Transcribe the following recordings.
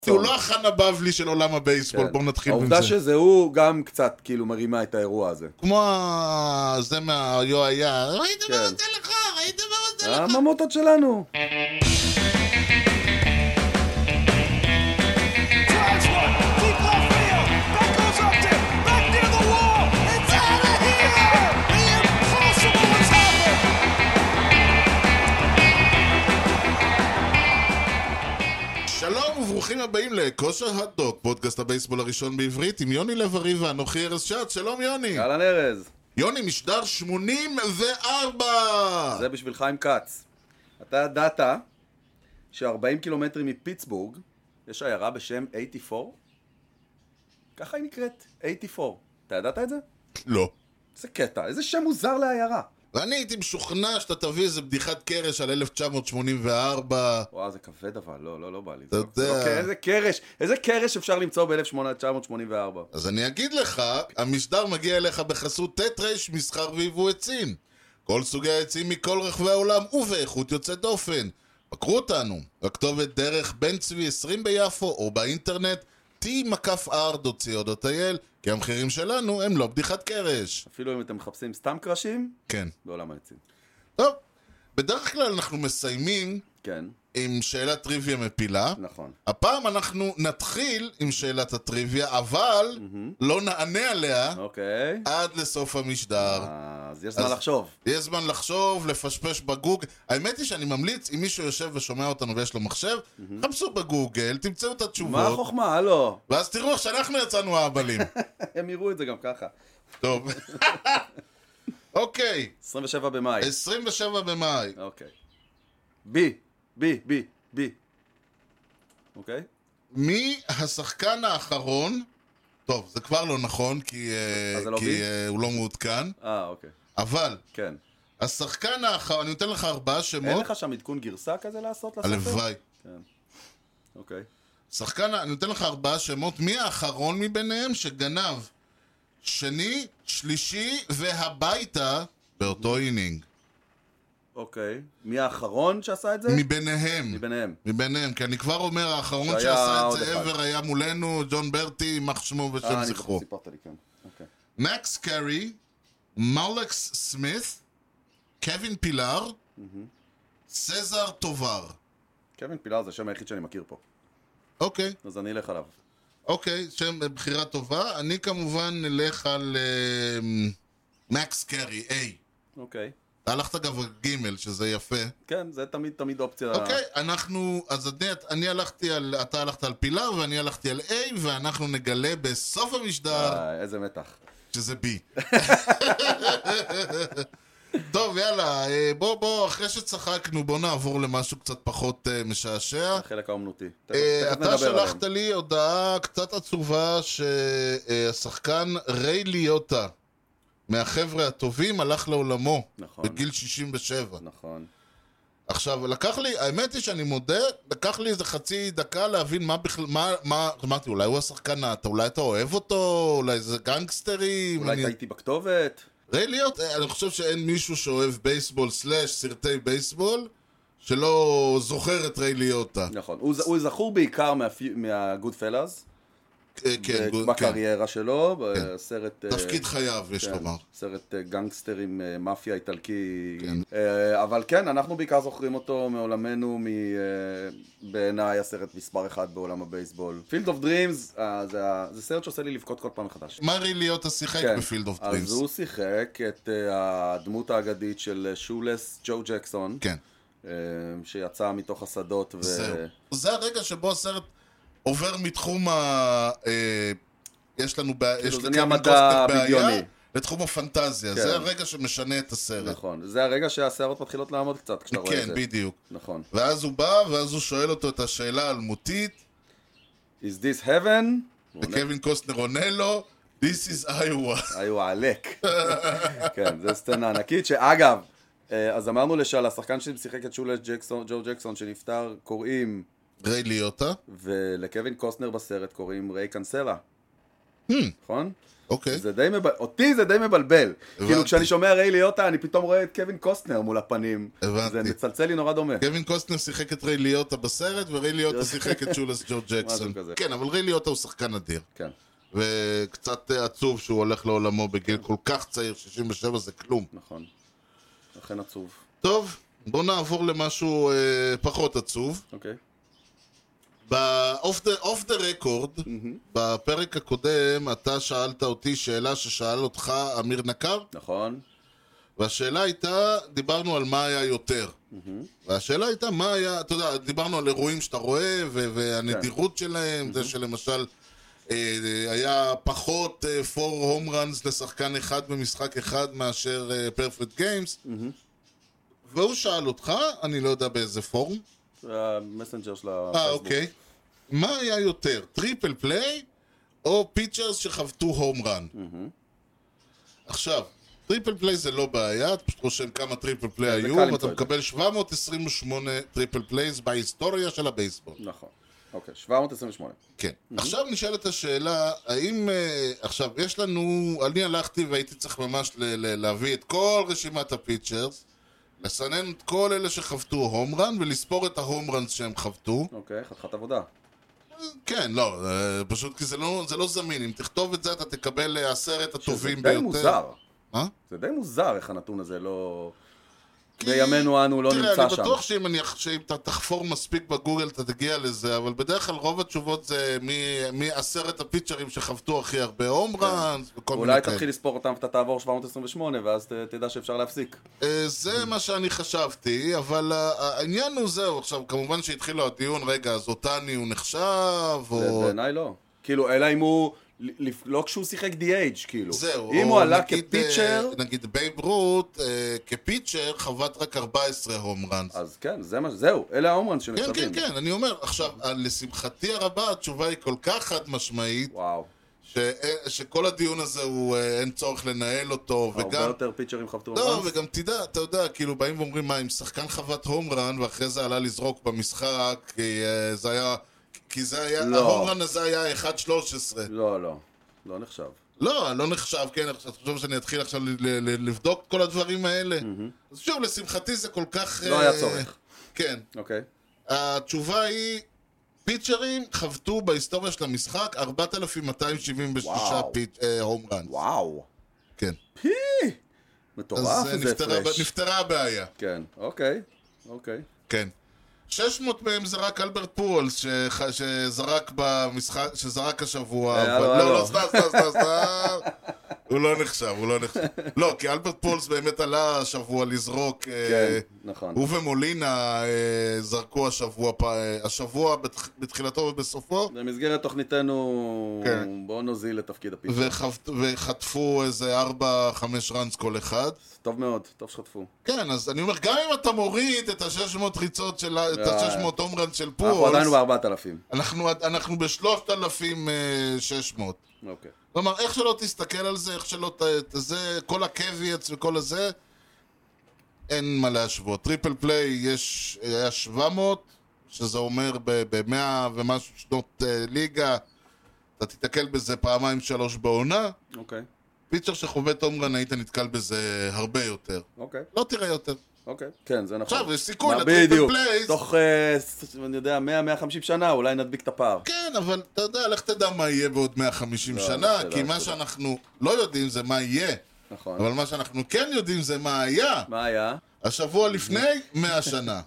הוא לא החנה בבלי של עולם הבייסבול, בואו נתחיל עם זה. העובדה שזה הוא גם קצת כאילו מרימה את האירוע הזה. כמו זה מהיו היה, ראית מה רוצה לך, ראית מה רוצה לך. הממוטות שלנו. שלום וברוכים הבאים לכושר הדוק, פודקאסט הבייסבול הראשון בעברית עם יוני לב-ארי ואנוכי ארז שץ. שלום יוני. אהלן ארז. יוני, משדר 84. זה בשביל חיים כץ. אתה ידעת ש40 קילומטרים מפיטסבורג יש עיירה בשם 84? ככה היא נקראת, 84. אתה ידעת את זה? לא. זה קטע, איזה שם מוזר לעיירה. ואני הייתי משוכנע שאתה תביא איזה בדיחת קרש על 1984. וואו, זה כבד אבל, לא בא לי. אתה יודע. אוקיי, איזה קרש אפשר למצוא ב-1984? אז אני אגיד לך, המשדר מגיע אליך בחסות טטרש מסחר ויבוא עצים. כל סוגי העצים מכל רחבי העולם ובאיכות יוצאת דופן. בקרו אותנו, הכתובת דרך בן צבי 20 ביפו או באינטרנט t-r.co.il, כי המחירים שלנו הם לא בדיחת קרש. אפילו אם אתם מחפשים סתם קרשים, כן. בעולם העצים. טוב, בדרך כלל אנחנו מסיימים כן. עם שאלת טריוויה מפילה. נכון. הפעם אנחנו נתחיל עם שאלת הטריוויה, אבל לא נענה עליה אוקיי. עד לסוף המשדר. אז יש זמן לחשוב. יש זמן לחשוב, לפשפש בגוגל. האמת היא שאני ממליץ, אם מישהו יושב ושומע אותנו ויש לו מחשב, חפשו בגוגל, תמצאו את התשובות. מה החוכמה? הלו. ואז תראו איך שאנחנו יצאנו האבלים. הם יראו את זה גם ככה. טוב. אוקיי. 27 במאי. 27 במאי. אוקיי. בי. אוקיי? מי השחקן האחרון? טוב, זה כבר לא נכון, כי הוא לא מעודכן. אוקיי. אבל, כן. השחקן האחרון, אני נותן לך 4 שמות. אין לך שם עדכון גרסה כזה לעשות לספר? הלוואי. כן. אוקיי. שחקן, אני נותן לך 4 שמות. מי האחרון מביניהם שגנב שני, שלישי והביתה באותו אינינג? אוקיי. מי האחרון שעשה את זה? מביניהם, כי אני כבר אומר, האחרון שעשה את זה ever היה מולנו, ג'ון ברטי, יימח שמו ושם זכרו. סיפרת לי, כן. אוקיי. מקס קרי, מלקס סמית, קווין פילר, סזר טובר. קווין פילר זה השם היחיד שאני מכיר פה. אוקיי. אז אני אלך עליו. אוקיי, שם בחירה טובה. אני כמובן נלך על מקס קרי, A. אוקיי. אתה הלכת גם ג' שזה יפה. כן, זה תמיד אופציה. אוקיי, אתה הלכת על פילר ואני הלכתי על A, ואנחנו נגלה בסוף המשדר איזה מתח. שזה B. טוב, יאללה, בוא, אחרי שצחקנו, בוא נעבור למשהו קצת פחות משעשע. החלק האומנותי. אתה שלחת לי הודעה קצת עצובה שהשחקן ריי ליוטה מהחבר'ה הטובים הלך לעולמו. נכון. בגיל 67. נכון. עכשיו, האמת היא שאני מודה, לקח לי איזה חצי דקה להבין אמרתי, אולי הוא השחקן, אולי אתה אוהב אותו, אולי זה גנגסטרים. אולי הייתי בכתובת. ריי ליוטה, אני חושב שאין מישהו שאוהב בייסבול / סרטי בייסבול שלא זוכר את ריי ליוטה. נכון, הוא זכור בעיקר מהגוד פלאז. כן, בקריירה שלו, בסרט... תפקיד חייו, יש לומר. סרט גנגסטרים, מאפיה איטלקי. אבל כן, אנחנו בעיקר זוכרים אותו מעולמנו, בעיניי הסרט מספר 1 בעולם הבייסבול. פילד אוף דרימס, זה סרט שעושה לי לבכות כל פעם מחדש. מה ריי ליוטה שיחק בפילד אוף דרימס? אז הוא שיחק את הדמות האגדית של שולס ג'ו ג'קסון, שיצא מתוך השדות. זה הרגע שבו הסרט עובר מתחום יש לנו מדע בדיוני לתחום הפנטזיה. זה הרגע שמשנה את הסרט. נכון, זה הרגע שהסערות מתחילות לעמוד קצת כשאתה רואה את זה. כן, בדיוק. נכון. ואז הוא בא, ואז הוא שואל אותו את השאלה האלמותית. Is this heaven? וקווין קוסטנר עונה לו, This is Iowa. Iowa עלק. כן, זה סצנה ענקית שאגב, אז אמרנו לשאלה, השחקן ששיחק את שולס ג'ו ג'קסון שנפטר קוראים ריי ליוטה. ולקווין קוסטנר בסרט קוראים ריי קנסלה. נכון? אוקיי. אותי זה די מבלבל. כאילו כשאני שומע ריי ליוטה, אני פתאום רואה את קווין קוסטנר מול הפנים. הבנתי. זה מצלצל לי נורא דומה. קווין קוסטנר שיחק את ריי ליוטה בסרט, וריי ליוטה שיחק את שולס ג'ו ג'קסון. כן, אבל ריי ליוטה הוא שחקן אדיר. כן. וקצת עצוב שהוא הולך לעולמו בגיל כל כך צעיר, 67 זה כלום. נכון. לכן עצוב. טוב, בוא נעבור למשהו פחות עצוב. אוקיי. ב-off the record, בפרק הקודם, אתה שאלת אותי שאלה ששאל אותך אמיר נקר. נכון. והשאלה הייתה, דיברנו על מה היה יותר. והשאלה הייתה מה היה, אתה יודע, דיברנו על אירועים שאתה רואה, והנדירות שלהם, זה שלמשל היה פחות 4 home runs לשחקן אחד במשחק אחד מאשר perfect games. והוא שאל אותך, אני לא יודע באיזה פורום. המסנג'ר של הפייסבוק. אוקיי. מה היה יותר, טריפל פליי או פיצ'רס שחבטו הום רן? עכשיו, טריפל פליי זה לא בעיה, אתה פשוט רושם כמה טריפל פליי היו, ואתה מקבל 728 טריפל פלייז בהיסטוריה של הבייסבול. נכון. אוקיי, 728. כן. עכשיו נשאלת השאלה, האם, עכשיו, יש לנו, אני הלכתי והייתי צריך ממש להביא את כל רשימת הפיצ'רס, לסנן את כל אלה שחבטו הום רן ולספור את ההום רנס שהם חבטו. אוקיי, חתיכת עבודה. כן, לא, פשוט כי זה לא זמין. אם תכתוב את זה אתה תקבל 10 הטובים ביותר. שזה די מוזר. מה? זה די מוזר איך הנתון הזה לא... בימינו אנו לא נמצא שם. תראה, אני בטוח שאם אתה תחפור מספיק בגוגל אתה תגיע לזה, אבל בדרך כלל רוב התשובות זה מ10 הפיצ'רים שחבטו הכי הרבה הום ראנס וכל מיני כאלה. אולי תתחיל לספור אותם ואתה תעבור 728 ואז תדע שאפשר להפסיק. זה מה שאני חשבתי, אבל העניין הוא זהו. עכשיו, כמובן שהתחילו הדיון, רגע, אז אותני הוא נחשב, או... בעיניי לא. כאילו, אלא אם הוא... לא כשהוא שיחק DH, כאילו. זהו. אם הוא עלה כפיצ'ר... נגיד בייב רוט, כפיצ'ר, חבט רק 14 הום ראנס. אז כן, זהו. אלה ההום ראנס שנחשבים. כן, כן, כן, אני אומר, עכשיו, לשמחתי הרבה, התשובה היא כל כך חד משמעית, וואו. שכל הדיון הזה הוא, אין צורך לנהל אותו, וגם... הרבה יותר פיצ'רים חבטו הום לא, ראנס. וגם אתה יודע, כאילו, באים ואומרים, מה, אם שחקן חבט הום רן, ואחרי זה עלה לזרוק במשחק, זה היה... כי זה היה, ההומרן הזה היה 1-13. לא נחשב. לא נחשב, כן, אתה חושב שאני אתחיל עכשיו לבדוק כל הדברים האלה? אז שוב, לשמחתי זה כל כך... לא היה צורך. כן. אוקיי. התשובה היא, פיצ'רים חבטו בהיסטוריה של המשחק 4,276 הומרן. וואו. כן. מטורף אז איזה הפרש. נפתרה הבעיה. כן, אוקיי. כן. 600 מהם זה רק אלברט פולס שזרק במשחק, שזרק השבוע. לא, סתם. הוא לא נחשב. לא, כי אלברט פולס באמת עלה השבוע לזרוק. כן, נכון. הוא ומולינה זרקו השבוע בתחילתו ובסופו. במסגרת תוכניתנו, בואו נוזיל לתפקיד הפיצ'ר. וחטפו איזה 4-5 ראנס כל אחד. טוב מאוד, טוב שחטפו. כן, אז אני אומר, גם אם אתה מוריד את ה-600 ריצות של את ה-600 הומרן של פולס, אנחנו עדיין ב-4,000. אנחנו ב-3,600. אוקיי. כלומר, איך שלא תסתכל על זה, איך שלא כל הקוויאץ וכל הזה, אין מה להשוות. טריפל פליי היה 700, שזה אומר ב-100 ומשהו שנות ליגה, אתה תתקל בזה 2-3 בעונה. אוקיי. פיצ'ר שחובט הומרן היית נתקל בזה הרבה יותר. אוקיי. לא תראה יותר. אוקיי, כן, זה נכון. עכשיו, יש סיכוי לטריפל פלייז. תוך, אני יודע, 100-150 שנה, אולי נדביק את הפער. כן, אבל אתה יודע, לך תדע מה יהיה בעוד 150 שנה, כי מה שאנחנו לא יודעים זה מה יהיה. נכון. אבל מה שאנחנו כן יודעים זה מה היה. מה היה? השבוע לפני 100 שנה.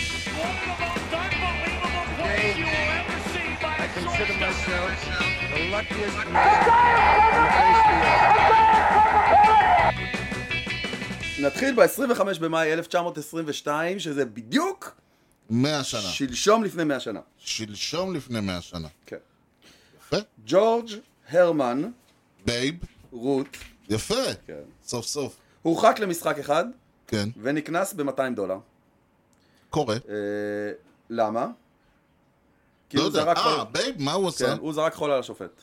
נתחיל ב-25 במאי 1922, שזה בדיוק 100 שנה. שלשום לפני 100 שנה. שלשום לפני 100 שנה. כן. יפה. ג'ורג' הרמן בייב רוט. יפה. כן. סוף סוף. הורחק למשחק אחד. כן. ונקנס ב$200. קורה. למה? לא יודע. בייב, מה הוא עשה? כן, הוא זרק חול על השופט.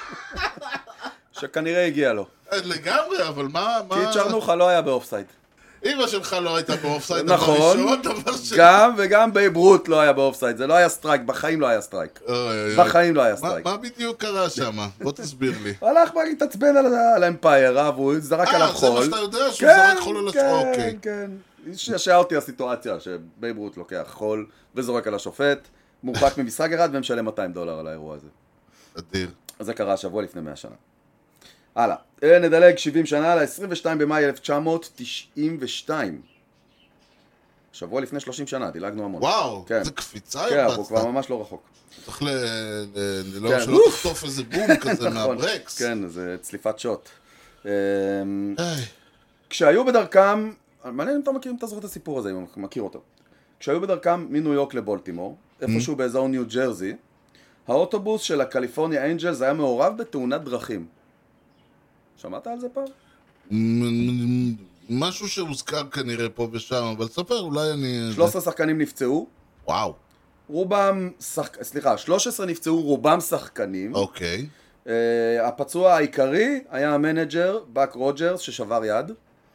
שכנראה הגיע לו. לגמרי, אבל מה... כי צ'רנוחה לא היה באופסייד. אמא שלך לא הייתה באופסייד, נכון, גם וגם בייב רות לא היה באופסייד, זה לא היה סטרייק, בחיים לא היה סטרייק. בחיים לא היה סטרייק. מה בדיוק קרה שם? בוא תסביר לי. הלך להתעצבן על האמפייר, והוא זרק עליו חול. זה מה שאתה יודע, שהוא זרק חול על השופט. כן, כן. ששעה אותי הסיטואציה שבייב רות לוקח חול וזורק על השופט, מורחק ממשחק אחד ומשלם $200 על האירוע הזה. אדיר. אז זה קרה שבוע לפני 100 שנה. הלאה, נדלג 70 שנה ל-22 במאי 1992. שבוע לפני 30 שנה, דילגנו המון. וואו, כן. זה קפיצה כן, הוא כבר ממש לא רחוק. צריך שלא תחטוף איזה בום כזה מהברקס. כן, זה צליפת שוט. כשהיו בדרכם, מעניין אם אתה זוכר את הסיפור הזה, אם אתה מכיר אותו. כשהיו בדרכם מניו יורק לבולטימור, איפשהו באזור ניו ג'רזי, האוטובוס של הקליפורניה אנג'לס היה מעורב בתאונת דרכים. שמעת על זה פעם? משהו שהוזכר כנראה פה ושם, אבל ספר, אולי אני... 13 שחקנים נפצעו. וואו. 13 נפצעו, רובם שחקנים. אוקיי. הפצוע העיקרי היה המנג'ר, באק רוג'רס, ששבר יד.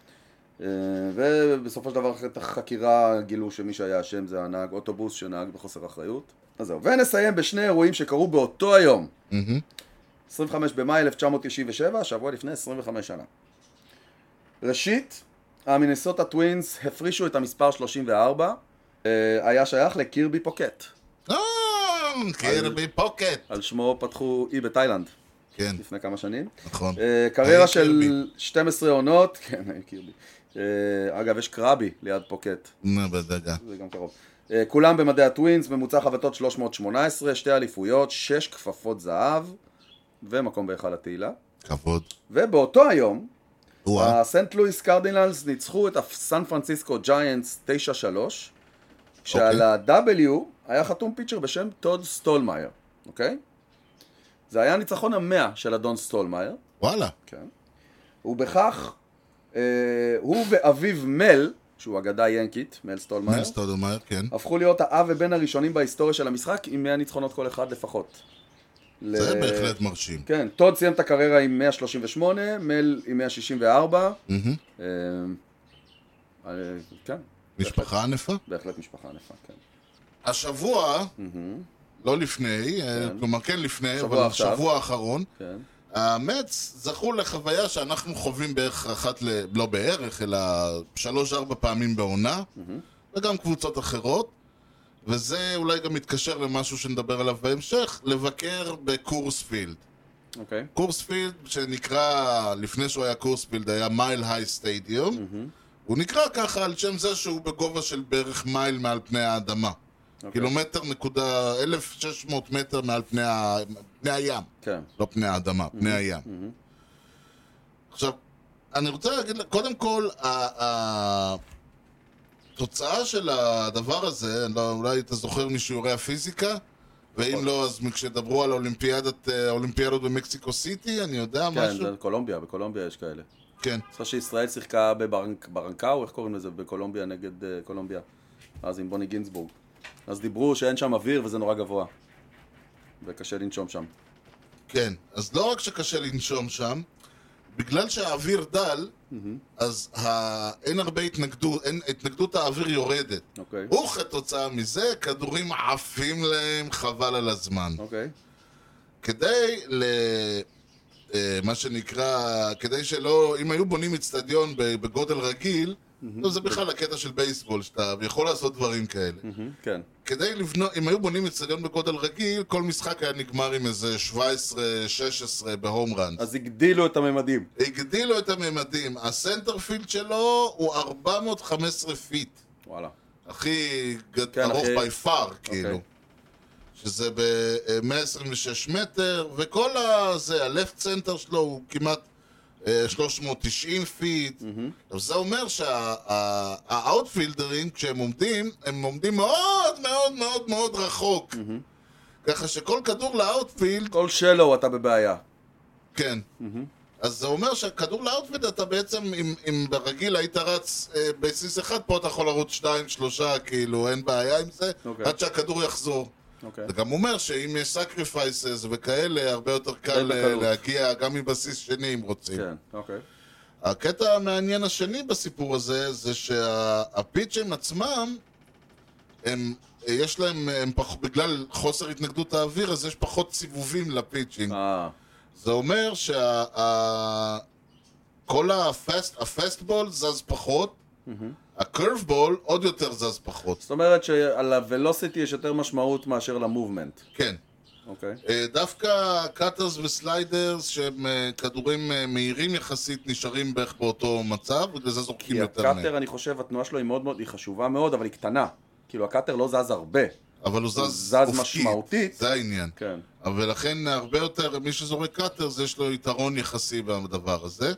ובסופו של דבר אחרי החקירה גילו שמי שהיה אשם זה הנהג אוטובוס שנהג בחוסר אחריות. אז זהו, ונסיים בשני אירועים שקרו באותו היום. 25 במאי 1997, שבוע לפני 25 שנה. ראשית, המינסוטה טווינס הפרישו את המספר 34, היה שייך לקירבי פוקט. קירבי פוקט. על שמו פתחו אי בתאילנד. כן. לפני כמה שנים. נכון. קריירה של 12 עונות. כן, קירבי. אגב, יש קראבי ליד פוקט. בדגה. זה גם קרוב. כולם במדעי הטווינס, ממוצע חבטות 318, 2 אליפויות, 6 כפפות זהב, ומקום בהיכל התהילה. כבוד. ובאותו היום, הסנט לואיס קרדינלס ניצחו את הסן פרנסיסקו ג'יינטס 9-3, כשעל ה-W היה חתום פיצ'ר בשם טוד סטולמייר, אוקיי? זה היה הניצחון 100 של אדון סטולמייר. וואלה. כן. ובכך, הוא ואביו מל, שהוא אגדה ינקית, מל סטולמייר. מל סטולמייר, כן. הפכו להיות האב ובן הראשונים בהיסטוריה של המשחק עם 100 ניצחונות כל אחד לפחות. זה בהחלט מרשים. כן, טוד סיים את הקריירה עם 138, מל עם 164. כן. משפחה ענפה? בהחלט משפחה ענפה, כן. השבוע, לא לפני, כלומר כן לפני, אבל השבוע האחרון, המץ זכו לחוויה שאנחנו חווים בערך לא בערך, אלא 3-4 פעמים בעונה, וגם קבוצות אחרות. וזה אולי גם מתקשר למשהו שנדבר עליו בהמשך, לבקר בקורספילד. אוקיי. קורספילד, שנקרא, לפני שהוא היה קורספילד, היה מייל היי סטדיום. הוא נקרא ככה על שם זה שהוא בגובה של בערך מייל מעל פני האדמה. קילומטר נקודה, 1,600 מטר מעל פני הים. כן. לא פני האדמה, פני הים. עכשיו, אני רוצה להגיד, קודם כל, התוצאה של הדבר הזה, אולי אתה זוכר משיעורי הפיזיקה, ואם לא, אז כשדברו על אולימפיאדות במקסיקו סיטי, אני יודע משהו? כן, זה קולומביה, בקולומביה יש כאלה. כן. זוכר שישראל שיחקה בברנקאו, איך קוראים לזה? בקולומביה נגד קולומביה. אז עם בוני גינסבורג. אז דיברו שאין שם אוויר וזה נורא גבוה. וקשה לנשום שם. כן, אז לא רק שקשה לנשום שם, בגלל שהאוויר דל, אז אין הרבה התנגדות, התנגדות האוויר יורדת. וכתוצאה מזה, כדורים עפים להם חבל על הזמן. כדי מה שנקרא, כדי שלא, אם היו בונים אצטדיון בגודל רגיל, זה בכלל הקטע של בייסבול, שאתה יכול לעשות דברים כאלה. כן. כדי לבנות, אם היו בונים אצטדיון בגודל רגיל, כל משחק היה נגמר עם איזה 17-16 בהום ראנס. אז הגדילו את הממדים. הגדילו את הממדים. הסנטרפילד שלו הוא 415 פיט. וואלה. הכי ארוך בי פאר, כאילו. שזה ב-126 מטר, וכל הזה, הלפט סנטר שלו הוא כמעט 390 פיט. זה אומר שהאוטפילדרים, כשהם עומדים, הם עומדים מאוד מאוד מאוד מאוד רחוק. ככה שכל כדור לאוטפילד... כל שלו אתה בבעיה. כן. אז זה אומר שהכדור לאוטפילד אתה בעצם, אם ברגיל היית רץ בסיס אחד, פה אתה יכול לרוץ 2-3, כאילו אין בעיה עם זה, עד שהכדור יחזור. זה גם אומר שאם יש סקריפייסס וכאלה, הרבה יותר קל להגיע גם מבסיס שני אם רוצים. כן, אוקיי. הקטע המעניין השני בסיפור הזה, זה שהפיצ'ים עצמם, יש להם, בגלל חוסר התנגדות האוויר, אז יש פחות סיבובים לפיצ'ינג. זה אומר כל הפסטבול זז פחות, הקרבבול עוד יותר זז פחות. זאת אומרת שעל הוולוסיטי יש יותר משמעות מאשר למובמנט. כן. אוקיי. דווקא קאטרס וסליידרס שהם כדורים מהירים יחסית נשארים בערך באותו מצב, בגלל זה זורקים יותר מהר. כי הקאטר, אני חושב, התנועה שלו היא מאוד מאוד, היא חשובה מאוד, אבל היא קטנה. כאילו הקאטר לא זז הרבה. אבל הוא זז משמעותית. זה העניין. כן. אבל לכן הרבה יותר, מי שזורק קאטר, יש לו יתרון יחסי בדבר הזה.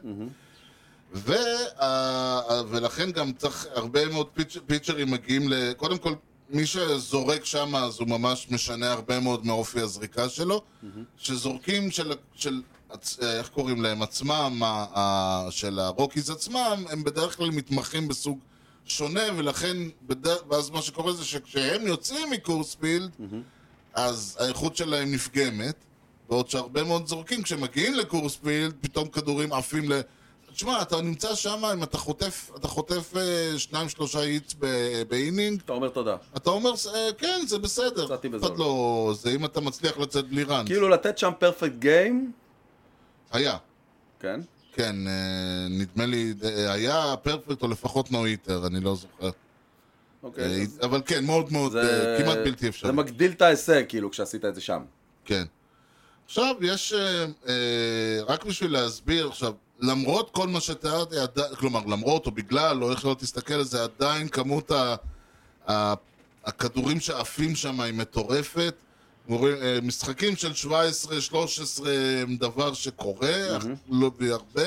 ולכן גם צריך הרבה מאוד פיצ'רים מגיעים קודם כל, מי שזורק שם, אז הוא ממש משנה הרבה מאוד מאופי הזריקה שלו. שזורקים איך קוראים להם עצמם, של הרוקיז עצמם, הם בדרך כלל מתמחים בסוג שונה, ולכן, ואז מה שקורה זה שכשהם יוצאים מקורספילד, אז האיכות שלהם נפגמת, בעוד שהרבה מאוד זורקים, כשמגיעים לקורספילד, פתאום כדורים עפים תשמע, אתה נמצא שם, אם אתה חוטף 2-3 היטס באינינג, אתה אומר תודה. אתה אומר, כן, זה בסדר. קצתי בזול. לא, זה אם אתה מצליח לצאת בלי ראנס. כאילו לתת שם פרפקט גיים? היה. כן? כן, נדמה לי, היה פרפקט או לפחות נו היטר, אני לא זוכר. אוקיי. אבל כן, מאוד מאוד, כמעט בלתי אפשרי. זה מגדיל את ההישג, כאילו, כשעשית את זה שם. כן. עכשיו, יש, רק בשביל להסביר, עכשיו, למרות כל מה שתיארתי, כלומר, למרות או בגלל, או איך שלא תסתכל על זה, עדיין כמות הכדורים שעפים שם היא מטורפת. משחקים של 17-13 הם דבר שקורה, לא בהרבה.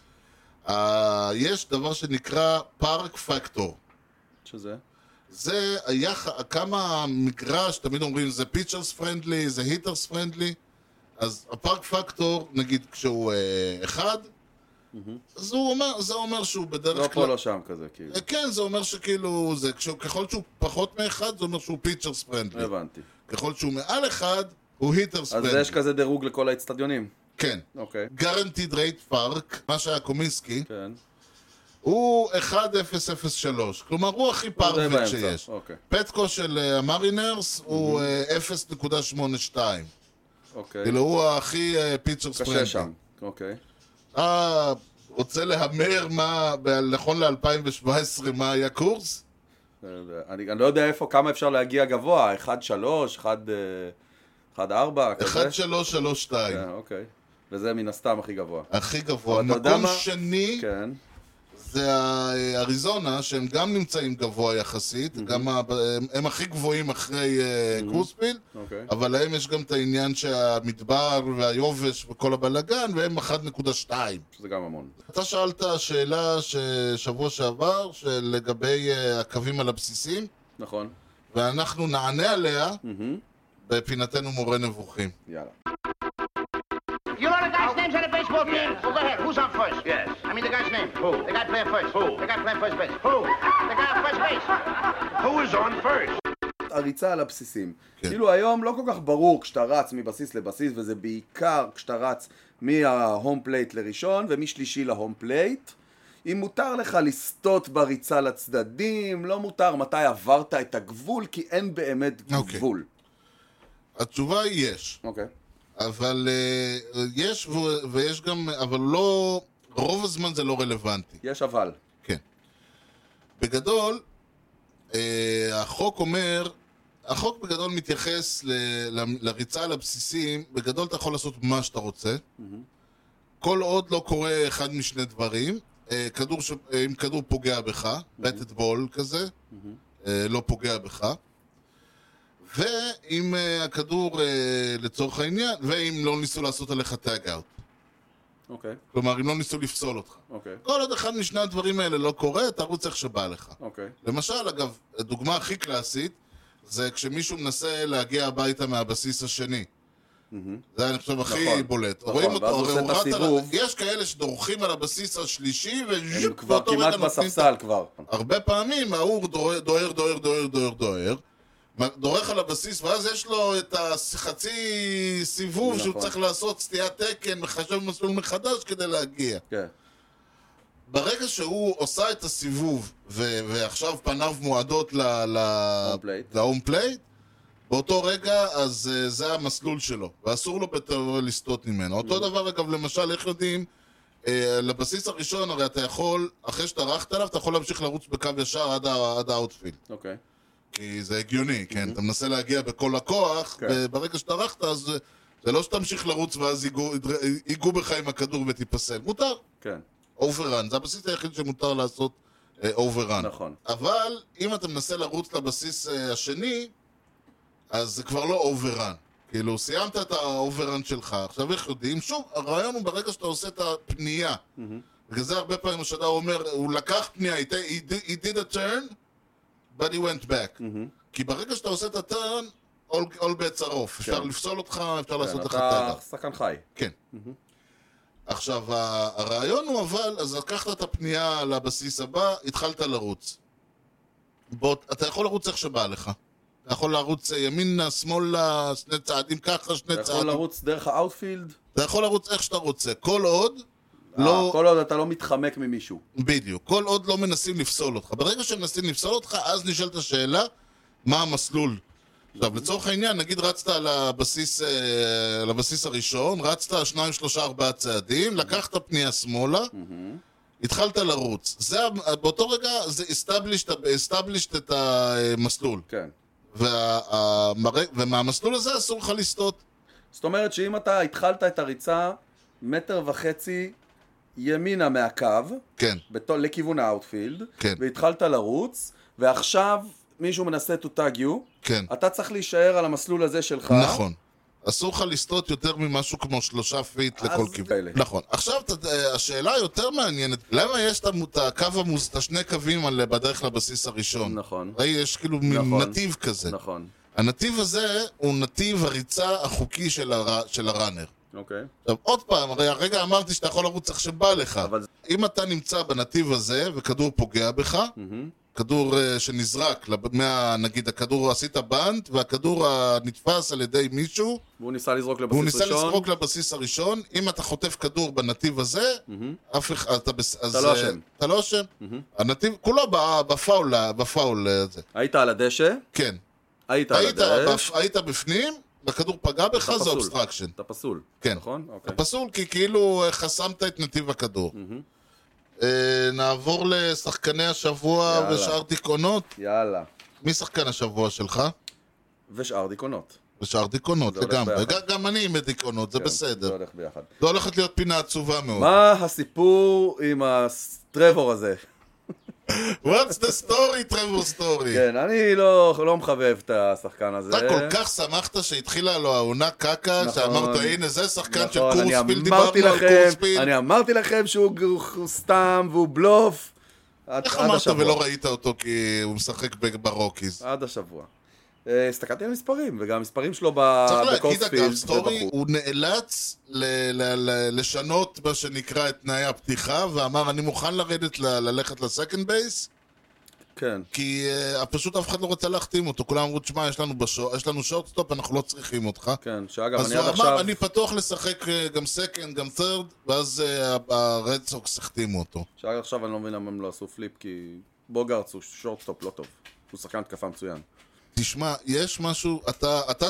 יש דבר שנקרא פארק פקטור. שזה? זה כמה מגרש, תמיד אומרים, זה פיצ'רס פרנדלי, זה היטרס פרנדלי. אז הפארק פקטור, נגיד, כשהוא אחד, אז זה אומר שהוא בדרך כלל... לא פה לא שם כזה, כאילו. כן, זה אומר שכאילו, ככל שהוא פחות מאחד, זה אומר שהוא פיצ'רס פרנדלי. הבנתי. ככל שהוא מעל אחד, הוא היטרס פרנדלי. אז יש כזה דירוג לכל האצטדיונים? כן. אוקיי. Guaranteed Rate Park, מה שהיה קומינסקי, כן. הוא 1.003, כלומר הוא הכי פרפקט שיש. אוקיי. פטקו של המרינרס הוא 0.82. אוקיי. כאילו הוא הכי פיצ'רס פרנדלי. קשה שם, אוקיי. רוצה להמר נכון ל-2017 מה היה קורס? אני לא יודע כמה אפשר להגיע גבוה, 1.3, 1.4, כזה? 1.332. כן, אוקיי. וזה מן הסתם הכי גבוה. הכי גבוה. מקום שני זה אריזונה, שהם גם נמצאים גבוה יחסית, הם הכי גבוהים אחרי קורספילד, אבל להם יש גם את העניין שהמדבר והיובש וכל הבלגן, והם 1.2. שזה גם המון. אתה שאלת שאלה שבוע שעבר, לגבי הקווים על הבסיסים. נכון. ואנחנו נענה עליה בפינתנו מורה נבוכים. יאללה. You know the guy's names on the baseball team? Well, go ahead. Who's on first? Yes. I mean the guy's name. Who? The guy playing first. Who? The guy playing first base. Who? The guy on first base. Who is on first? הריצה על הבסיסים. כאילו היום לא כל כך ברור כשאתה רץ מבסיס לבסיס, וזה בעיקר כשאתה רץ מההום פלייט לראשון ומשלישי להום פלייט. אם מותר לך לסטות בריצה לצדדים, לא מותר מתי עברת את הגבול, כי אין באמת גבול. התשובה היא יש. אוקיי. אבל יש ויש גם, אבל לא, רוב הזמן זה לא רלוונטי. יש אבל. כן. בגדול, החוק בגדול מתייחס לריצה על הבסיסים, בגדול אתה יכול לעשות מה שאתה רוצה. כל עוד לא קורה אחד משני דברים, אם כדור פוגע בך, בטט בול כזה, לא פוגע בך. ואם הכדור לצורך העניין, ואם לא ניסו לעשות עליך טאג-אאוט. אוקיי. כלומר, אם לא ניסו לפסול אותך. אוקיי. כל עוד אחד משני הדברים האלה לא קורה, תרוץ איך שבא לך. אוקיי. למשל, אגב, הדוגמה הכי קלאסית, זה כשמישהו מנסה להגיע הביתה מהבסיס השני. זה אני חושב הכי בולט. רואים אותו, יש כאלה שדורכים על הבסיס השלישי, הם כבר כמעט בספסל כבר. הרבה פעמים ההוא דוהר, דורך על הבסיס, ואז יש לו את החצי סיבוב שהוא צריך לעשות סטיית תקן, מחשב מסלול מחדש כדי להגיע. כן. ברגע שהוא עושה את הסיבוב, ועכשיו פניו מועדות להום פלייט, באותו רגע, אז זה המסלול שלו, ואסור לו לסטות ממנו. אותו דבר, אגב, למשל, איך יודעים, לבסיס הראשון, הרי אתה יכול, אחרי שטרחת עליו, אתה יכול להמשיך לרוץ בקו ישר עד האוטפילד. אוקיי. כי זה הגיוני, כן? אתה מנסה להגיע בכל הכוח, וברגע שטרחת, אז זה לא שתמשיך לרוץ ואז ייגעו בך עם הכדור ותיפסל. מותר. כן. אובררן, זה הבסיס היחיד שמותר לעשות אובררן. נכון. אבל אם אתה מנסה לרוץ לבסיס השני, אז זה כבר לא אובררן. כאילו, סיימת את האובררן שלך. עכשיו, איך יודעים? שוב, הרעיון הוא ברגע שאתה עושה את הפנייה. בגלל זה הרבה פעמים השדר אומר, הוא לקח פנייה, he did a turn, but he went back. כי ברגע שאתה עושה את הטרן, all bets are off. אפשר לפסול אותך, אפשר לעשות לך טאגה. אתה שחקן חי. כן. עכשיו, הרעיון הוא אבל, אז לקחת את הפנייה לבסיס הבא, התחלת לרוץ. אתה יכול לרוץ איך שבא לך. אתה יכול לרוץ ימינה, שמאלה, שני צעדים ככה, שני צעדים. אתה יכול לרוץ דרך האוטפילד? אתה יכול לרוץ איך שאתה רוצה. כל עוד כל עוד אתה לא מתחמק ממישהו. בדיוק. כל עוד לא מנסים לפסול אותך. ברגע שמנסים לפסול אותך, אז נשאלת השאלה, מה המסלול? עכשיו, לצורך העניין, נגיד רצת לבסיס הראשון, רצת 2, 3, 4 צעדים, לקחת פנייה שמאלה, התחלת לרוץ. באותו רגע זה established את המסלול. כן. ומהמסלול הזה אסור לך לסטות. זאת אומרת שאם אתה התחלת את הריצה 1.5 מטר ימינה מהקו, כן. לכיוון האוטפילד, כן. והתחלת לרוץ, ועכשיו מישהו מנסה to tag you, כן. אתה צריך להישאר על המסלול הזה שלך. נכון. אסור לך לסטות יותר ממשהו כמו 3 פיט לכל כיוון. נכון. עכשיו, השאלה היותר מעניינת, למה יש את השני קווים בדרך לבסיס הראשון? נכון. ראי, יש כאילו נתיב כזה. נכון. הנתיב הזה הוא נתיב הריצה החוקי של הראנר. אוקיי. עכשיו, עוד פעם, הרי הרגע אמרתי שאתה יכול לרוץ איך שבא לך. אם אתה נמצא בנתיב הזה וכדור פוגע בך, כדור שנזרק, נגיד הכדור עשית בנט, והכדור נתפס על ידי מישהו, והוא ניסה לזרוק לבסיס והוא ראשון. ניסה לזרוק לבסיס הראשון, אם אתה חוטף כדור בנתיב הזה, אתה לא אשם. אתה לא אשם. הנתיב, כולו בפאול הזה. היית על הדשא? כן. היית בפנים, והכדור פגע בך, זה אובסטרקשן. אתה פסול. כן. נכון? אתה פסול, כי כאילו חסמת את נתיב הכדור. נעבור לשחקני השבוע ושאר דיכאונות. יאללה. מי שחקן השבוע שלך? ושאר דיכאונות. ושאר דיכאונות, לגמרי. גם אני עם דיכאונות, זה בסדר. זה הולך ביחד. זה הולכת להיות פינה עצובה מאוד. מה הסיפור עם הטרוור הזה? What's the story, טרוור סטורי? כן, אני לא מחבב את השחקן הזה. אתה כל כך שמחת שהתחילה לו העונה קקה, שאמרת, הנה זה שחקן של קורספיל, דיברנו על קורספיל. אני אמרתי לכם שהוא סתם והוא בלוף. איך אמרת ולא ראית אותו כי הוא משחק ברוקיז? עד השבוע. הסתכלתי על המספרים, וגם המספרים שלו בקורספיל. צריך להגיד, אגב, סטורי, הוא נאלץ לשנות מה שנקרא את תנאי הפתיחה, ואמר, אני מוכן ללכת לסקנד בייס, כן. כי פשוט אף אחד לא רוצה להחתים אותו. כולם אמרו, תשמע, יש לנו שורטסטופ, אנחנו לא צריכים אותך. כן, שאגב, אז הוא אמר, אני פתוח לשחק גם סקנד, גם ת'רד, ואז הרד סוקס החתימו אותו. שאגב, עכשיו אני לא מבין למה הם לא עשו פליפ, כי בוגארץ הוא שורטסטופ לא טוב. הוא שחקן התקפה מצוין. תשמע, יש משהו, אתה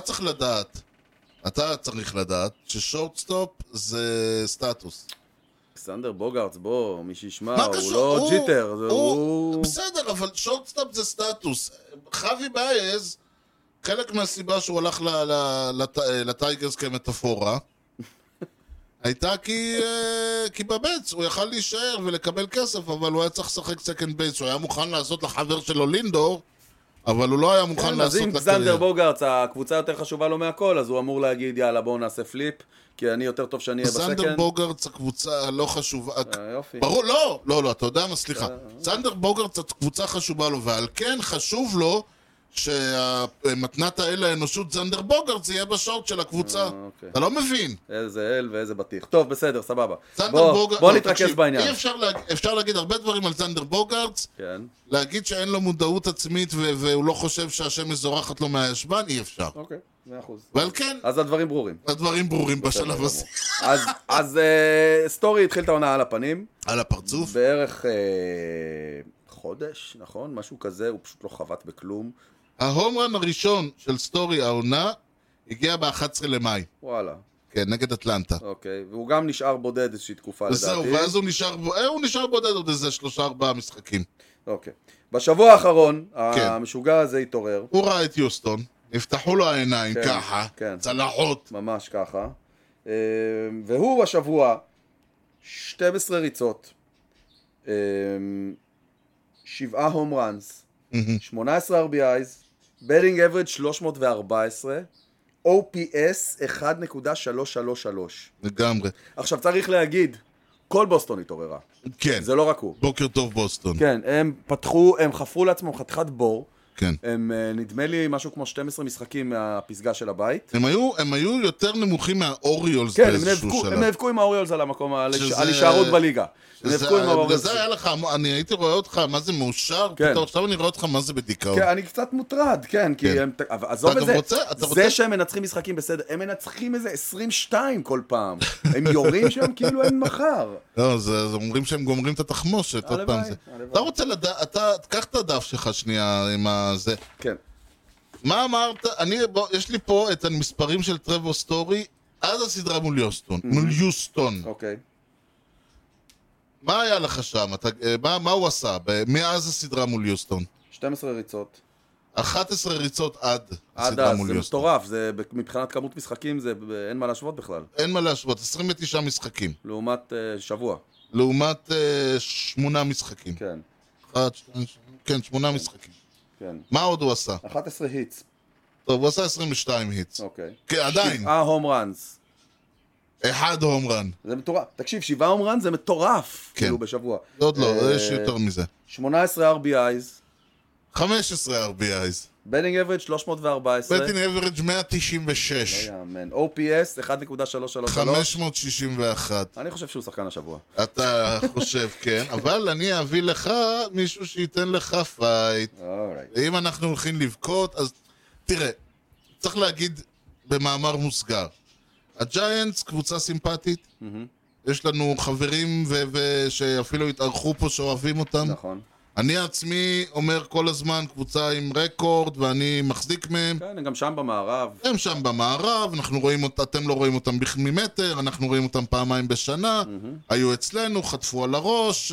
צריך לדעת ששורטסטופ זה סטטוס. אלכסנדר בוגארץ, בוא, מי שישמע, הוא לא ג'יטר, הוא... בסדר, אבל שורטסטופ זה סטטוס. חווי בייז, חלק מהסיבה שהוא הלך לטייגרס כמטאפורה, הייתה כי בבץ, הוא יכל להישאר ולקבל כסף, אבל הוא היה צריך לשחק סקנד בייס, הוא היה מוכן לעשות לחבר שלו לינדור, אבל הוא לא היה מוכן לעשות לקריירה. אז אם אלכסנדר בוגארץ, הקבוצה יותר חשובה לו מהכל, אז הוא אמור להגיד, יאללה, בואו נעשה פליפ, כי אני יותר טוב שאני אהיה בסקנד. אלכסנדר בוגארץ, הקבוצה לא חשובה. יופי. ברור, לא, אתה יודע מה, סליחה. אלכסנדר בוגארץ, הקבוצה חשובה לו, ועל כן חשוב לו שהמתנת האל האנושות זנדר בוגרט זה יהיה בשורט של הקבוצה. אוקיי. אתה לא מבין. איזה אל ואיזה בטיח. טוב, בסדר, סבבה. זנדר בוגרט... בוא לא, נתרכז תקשיב, בעניין. אפשר להגיד הרבה דברים על זנדר בוגרט, כן. להגיד שאין לו מודעות עצמית והוא לא חושב שהשמש זורחת לו מהישבן, אי אפשר. אוקיי, 100%. ועל כן, אז הדברים ברורים. הדברים ברורים בשלב הזה. אז סטורי התחיל את העונה על הפנים. על הפרצוף. בערך חודש, נכון? משהו כזה, הוא פשוט לא חבט בכלום. ההומרן הראשון של סטורי העונה הגיע ב-11 למאי. וואלה. כן, נגד אטלנטה. אוקיי, והוא גם נשאר בודד איזושהי תקופה לדעתי. וזהו, ואז הוא נשאר בודד עוד איזה 3-4 משחקים. אוקיי. בשבוע האחרון, כן. המשוגע הזה התעורר. הוא ראה את יוסטון, נפתחו לו העיניים כן, ככה, כן. צלחות. ממש ככה. והוא השבוע 12 ריצות, 7 הום ראנס, 18 RBIs, בטינג אברד 314, OPS 1.333. לגמרי. עכשיו צריך להגיד, כל בוסטון התעוררה. כן, זה לא רק הוא. בוקר טוב בוסטון. כן, הם חפרו לעצמם חתיכת בור. כן. הם נדמה לי משהו כמו 12 משחקים מהפסגה של הבית. הם היו יותר נמוכים מהאוריולס כן, באיזשהו שלב. הם נאבקו עם האוריולס על המקום, על הישארות בליגה. הם נאבקו עם בגלל האוריולס. זה היה לך, אני הייתי רואה אותך, מה זה מאושר? כן. פתאום עכשיו אני רואה אותך, מה זה בדיכאון? כן, אני קצת מוטרד, כן, כי כן. הם, עזוב אתה את זה, גם רוצה- אתה זה רוצה- שהם מנצחים משחקים בסדר, הם מנצחים איזה 22 כל פעם. הם יורים שם כאילו אין מחר. לא, זה אומרים שהם גומרים את התחמושת, עוד הלוואי, פעם זה. הלוואי. אתה רוצה לדעת, תקח את הדף שלך שנייה עם הזה. כן. מה אמרת? יש לי פה את המספרים של טרוור סטורי עד הסדרה מול יוסטון. אוקיי. מה היה לך שם? מה הוא עשה מאז הסדרה מול יוסטון? 12 ריצות. 11 ריצות עד עד הסדרה אז, מול זה יוסטון. מטורף, זה מבחינת כמות משחקים, זה אין מה להשוות בכלל. אין מה להשוות, 29 משחקים. לעומת שבוע. לעומת 8 משחקים. כן, כן, 8 משחקים. כן. מה עוד הוא עשה? 11 היטס. טוב, הוא עשה 22 היטס. אוקיי. כן, עדיין. 7 הום ראנס. אחד הום רן. זה מטורף. תקשיב, 7 הום ראנס זה מטורף. כן. כאילו בשבוע. עוד לא, יש יותר מזה. 18 RBIs. 15 RBIs. בטינג אברד 314. בטינג אברג' 196. לא יאמן. OPS 1.333. 561. אני חושב שהוא שחקן השבוע. אתה חושב, כן, אבל אני אביא לך מישהו שייתן לך פייט. אורייט. ואם אנחנו הולכים לבכות, אז תראה, צריך להגיד במאמר מוסגר. הג'יינטס קבוצה סימפטית. יש לנו חברים שאפילו התארחו פה שאוהבים אותם. נכון. אני עצמי אומר כל הזמן קבוצה עם רקורד ואני מחזיק מהם. כן, גם שם במערב. הם שם במערב, אנחנו רואים אותם, אתם לא רואים אותם ממטר, אנחנו רואים אותם פעמיים בשנה. היו אצלנו, חטפו על הראש,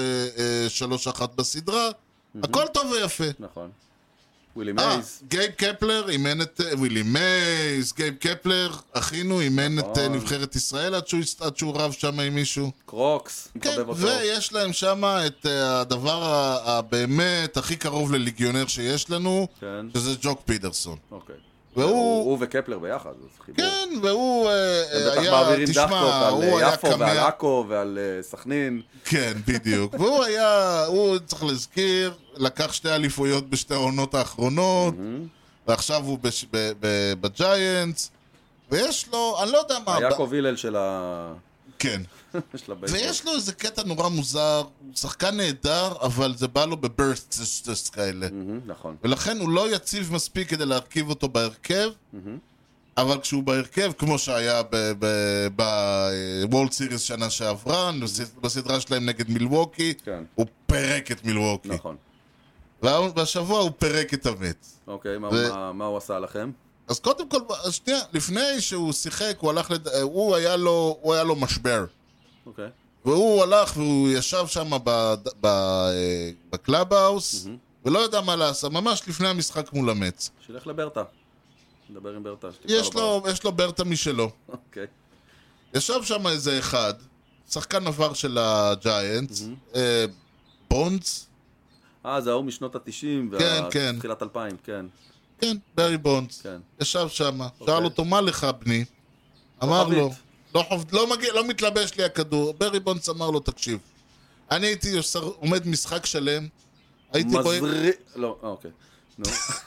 3-1 בסדרה. הכל טוב ויפה. נכון. ווילי מייז. גייב קפלר אימן את ווילי מייז, גייב קפלר, אחינו, אימן את נבחרת ישראל עד שהוא רב שם עם מישהו. קרוקס. כן, מחבב אותו. ויש להם שם את הדבר הבאמת הכי קרוב לליגיונר שיש לנו, כן. שזה ג'וק פידרסון. אוקיי. והוא, הוא וקפלר ביחד, זה חיבור. כן, והוא הם בטח היה, מעבירים דחקות תשמע, על הוא היה יפו ועל קמע, עכו ועל סכנין. כן, בדיוק, והוא היה, הוא צריך להזכיר, לקח 2 אליפויות בשתי העונות האחרונות, ועכשיו הוא בג'יינטס, ויש לו, אני לא יודע מה, יעקב הלל של ה... כן, של הבייסבול. ויש לו איזה קטע נורא מוזר, הוא שחקן נהדר, אבל זה בא לו בברסטס כאלה. נכון. ולכן הוא לא יציב מספיק כדי להרכיב אותו בהרכב, אבל כשהוא בהרכב, כמו שהיה בוולד סיריס שנה שעברה, בסדרה שלהם נגד מילווקי, כן. הוא פרק את מילווקי. נכון. והשבוע הוא פרק את המץ. אוקיי, מה הוא עשה לכם? אז קודם כל, שנייה, לפני שהוא שיחק, הוא היה לו משבר. אוקיי. והוא הלך והוא ישב שם בקלאבהאוס, ולא ידע מה לעשות, ממש לפני המשחק מול המץ. שילך לברטה. נדבר עם ברטה. יש לו ברטה משלו. אוקיי. ישב שם איזה אחד, שחקן עבר של הג'יינטס, בונדס, זה ההוא משנות ה-90 כן. ותחילת 2000, כן. כן, ברי בונדס, כן. ישב שם, שאל אותו מה לך בני? אמר לו, לא מתלבש לי הכדור. ברי בונדס אמר לו, תקשיב, אני הייתי עומד משחק שלם, הייתי רואה... לא, אוקיי. נו.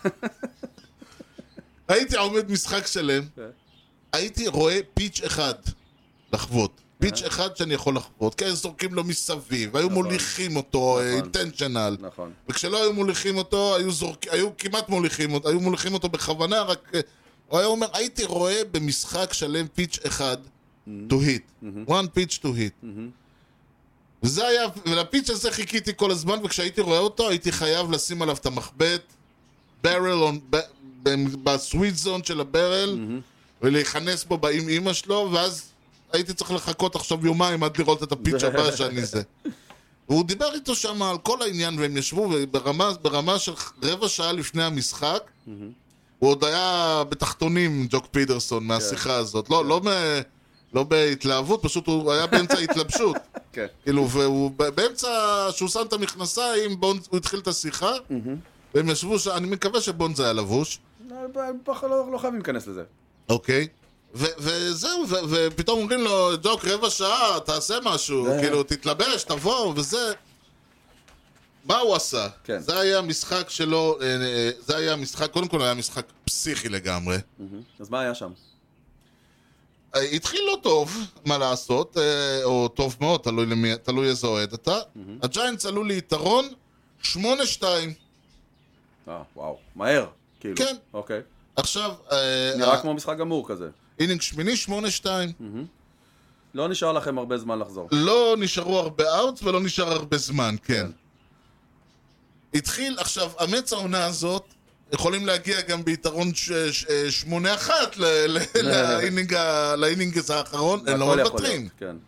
הייתי עומד משחק שלם, הייתי רואה פיץ' אחד לחוות. פיץ' אחד שאני יכול לחוות, כי היו זורקים לו מסביב, היו מוליכים אותו, אינטנשנל. נכון. וכשלא היו מוליכים אותו, היו כמעט מוליכים אותו, היו מוליכים אותו בכוונה, רק... הוא היה אומר, הייתי רואה במשחק שלם פיץ' אחד to hit. one pitch to hit. וזה היה, ולפיץ' הזה חיכיתי כל הזמן, וכשהייתי רואה אותו, הייתי חייב לשים עליו את המחבט, ברל, בסוויט זון של הברל, ולהיכנס בו עם אמא שלו, ואז הייתי צריך לחכות עכשיו יומיים עד לראות את הפיץ' הבא שאני זה. והוא דיבר איתו שם על כל העניין, והם ישבו ברמה של רבע שעה לפני המשחק, הוא עוד היה בתחתונים, ג'וק פידרסון, מהשיחה הזאת. לא בהתלהבות, פשוט הוא היה באמצע התלבשות. כאילו, והוא באמצע שהוא שם את המכנסיים, הוא התחיל את השיחה, והם ישבו, אני מקווה שבונז היה לבוש. לא חייבים להיכנס לזה. אוקיי. וזהו, ופתאום אומרים לו, ג'וק, רבע שעה, תעשה משהו, כאילו, תתלבש, תבוא, וזה... מה הוא עשה? כן. זה היה משחק שלו, זה היה משחק, קודם כל היה משחק פסיכי לגמרי. אז מה היה שם? התחיל לא טוב, מה לעשות, או טוב מאוד, תלוי איזה אוהד אתה. הג'יינטס עלו ליתרון 8-2. וואו, מהר, כאילו. כן. אוקיי. עכשיו... נראה כמו משחק גמור כזה. אינינג שמיני 8-2. לא נשאר לכם הרבה זמן לחזור. לא נשארו הרבה אאוטס ולא נשאר הרבה זמן, כן. התחיל, עכשיו, אמץ העונה הזאת, יכולים להגיע גם ביתרון 8-1 לאינינג האחרון, הם לא מוותרים.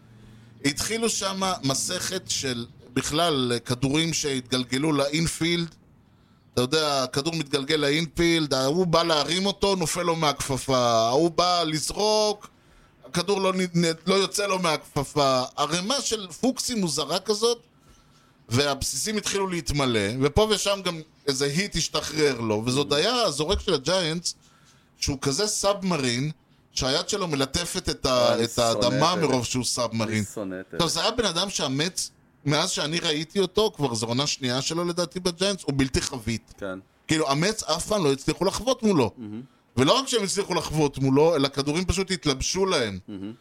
התחילו שם מסכת של בכלל כדורים שהתגלגלו לאינפילד, אתה יודע, הכדור מתגלגל לאינפילד, הוא בא להרים אותו, נופל לו מהכפפה, הוא בא לזרוק, הכדור לא יוצא לו מהכפפה, הרמה של פוקסי מוזרה כזאת, והבסיסים התחילו להתמלא, ופה ושם גם איזה היט השתחרר לו, וזאת היה הזורק של הג'יינטס, שהוא כזה סאבמרין, שהיד שלו מלטפת את האדמה מרוב שהוא סאבמרין. טוב, זה היה בן אדם שהמץ, מאז שאני ראיתי אותו, כבר זו עונה שנייה שלו לדעתי בג'יינטס, הוא בלתי חבית. כן. כאילו, המץ אף פעם לא הצליחו לחוות מולו. ולא רק שהם הצליחו לחוות מולו, אלא כדורים פשוט התלבשו להם.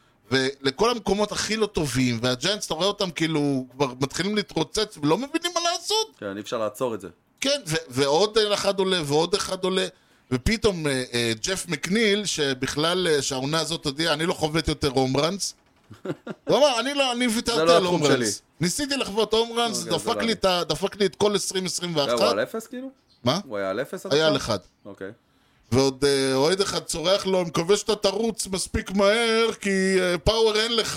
ולכל המקומות הכי לא טובים, והג'יינטס, אתה רואה אותם כאילו, כבר מתחילים להתרוצץ ולא מבינים מה לעשות. כן, אי אפשר לעצור את זה. כן, ועוד אחד עולה, ועוד אחד עולה, ופתאום ג'ף מקניל, שבכלל, שהעונה הזאת תודיע, אני לא חובט יותר הומרנס. הוא אמר, אני ויתרתי על הומרנס. ניסיתי לחוות הומרנס, דפק לי את כל 2021. הוא על אפס כאילו? מה? הוא היה על אפס? היה על אחד. אוקיי. ועוד אוהד אחד צורח לו, מקווה שאתה תרוץ מספיק מהר, כי פאוור אין לך.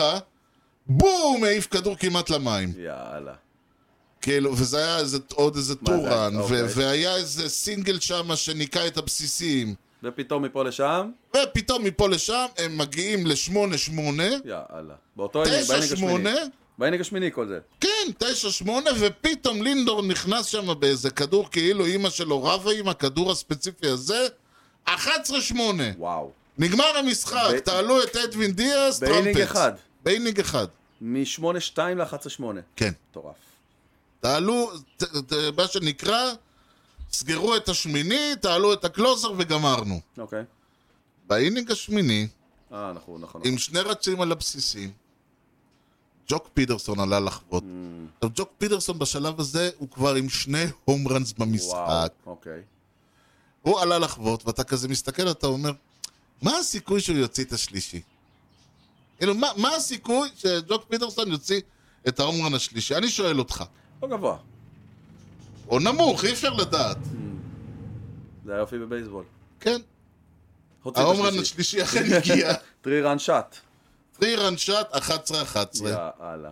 בום! העיף כדור כמעט למים. יאללה. כאילו, וזה היה עוד איזה טורן, והיה איזה סינגל שם שניקה את הבסיסים. ופתאום מפה לשם? ופתאום מפה לשם הם מגיעים ל-8-8. יאללה. באותו באינינג השמיני. באינינג השמיני כל זה. כן, 9-8, ופתאום לינדור נכנס שם באיזה כדור, כאילו אמא שלו רבה עם הכדור הספציפי הזה. 11-8. וואו. נגמר המשחק, תעלו את אדווין דיאס, טראמפט. באינינג אחד. באינינג אחד. מ-8-2 ל-11-8. כן. מטורף. תעלו, מה שנקרא, סגרו את השמיני, תעלו את הקלוזר וגמרנו. אוקיי. באינינג השמיני, נכון. עם שני רצים על הבסיסים, ג'וק פידרסון עלה לחוות. עכשיו, ג'וק פידרסון בשלב הזה הוא כבר עם 2 הומרנס במשחק. וואו, אוקיי. הוא עלה לחוות, ואתה כזה מסתכל, אתה אומר, מה הסיכוי שהוא יוציא את השלישי? כאילו, מה הסיכוי שג'וק פידרסון יוציא את ההומרן השלישי? אני שואל אותך. לא גבוה. או נמוך, אי אפשר לדעת. זה היופי בבייסבול. כן. ההומרן השלישי אכן הגיע. 3-run shot. 3-run shot, 11-11. יאללה.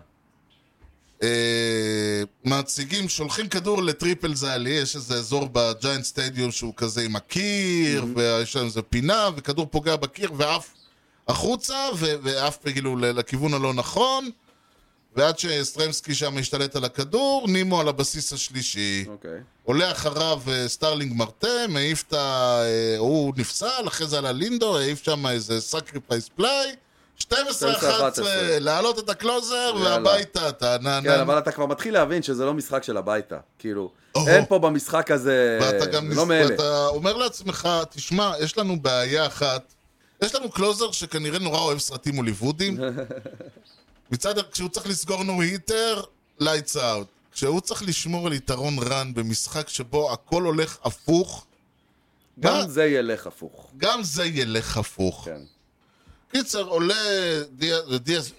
מציגים, שולחים כדור לטריפל זלי, יש איזה אזור בג'יינט סטדיום שהוא כזה עם הקיר, ויש שם איזה פינה, וכדור פוגע בקיר ועף החוצה, ועף כאילו לכיוון הלא נכון, ועד שסטרמסקי שם השתלט על הכדור, נימו על הבסיס השלישי. עולה אחריו סטארלינג מרטם, הוא נפסל, אחרי זה עלה לינדו, העיף שם איזה סקריפייס פליי, 12-11, להעלות את הקלוזר והביתה, אתה נענן. כן, אבל אתה כבר מתחיל להבין שזה לא משחק של הביתה. כאילו, אין פה במשחק הזה, לא מאלה. ואתה אומר לעצמך, תשמע, יש לנו בעיה אחת, יש לנו קלוזר שכנראה נורא אוהב סרטים הוליוודים. מצד, כשהוא צריך לסגור נו היטר, lights out. כשהוא צריך לשמור על יתרון רן במשחק שבו הכל הולך הפוך, גם זה ילך הפוך. גם זה ילך הפוך. כן. קיצר, עולה דיאז,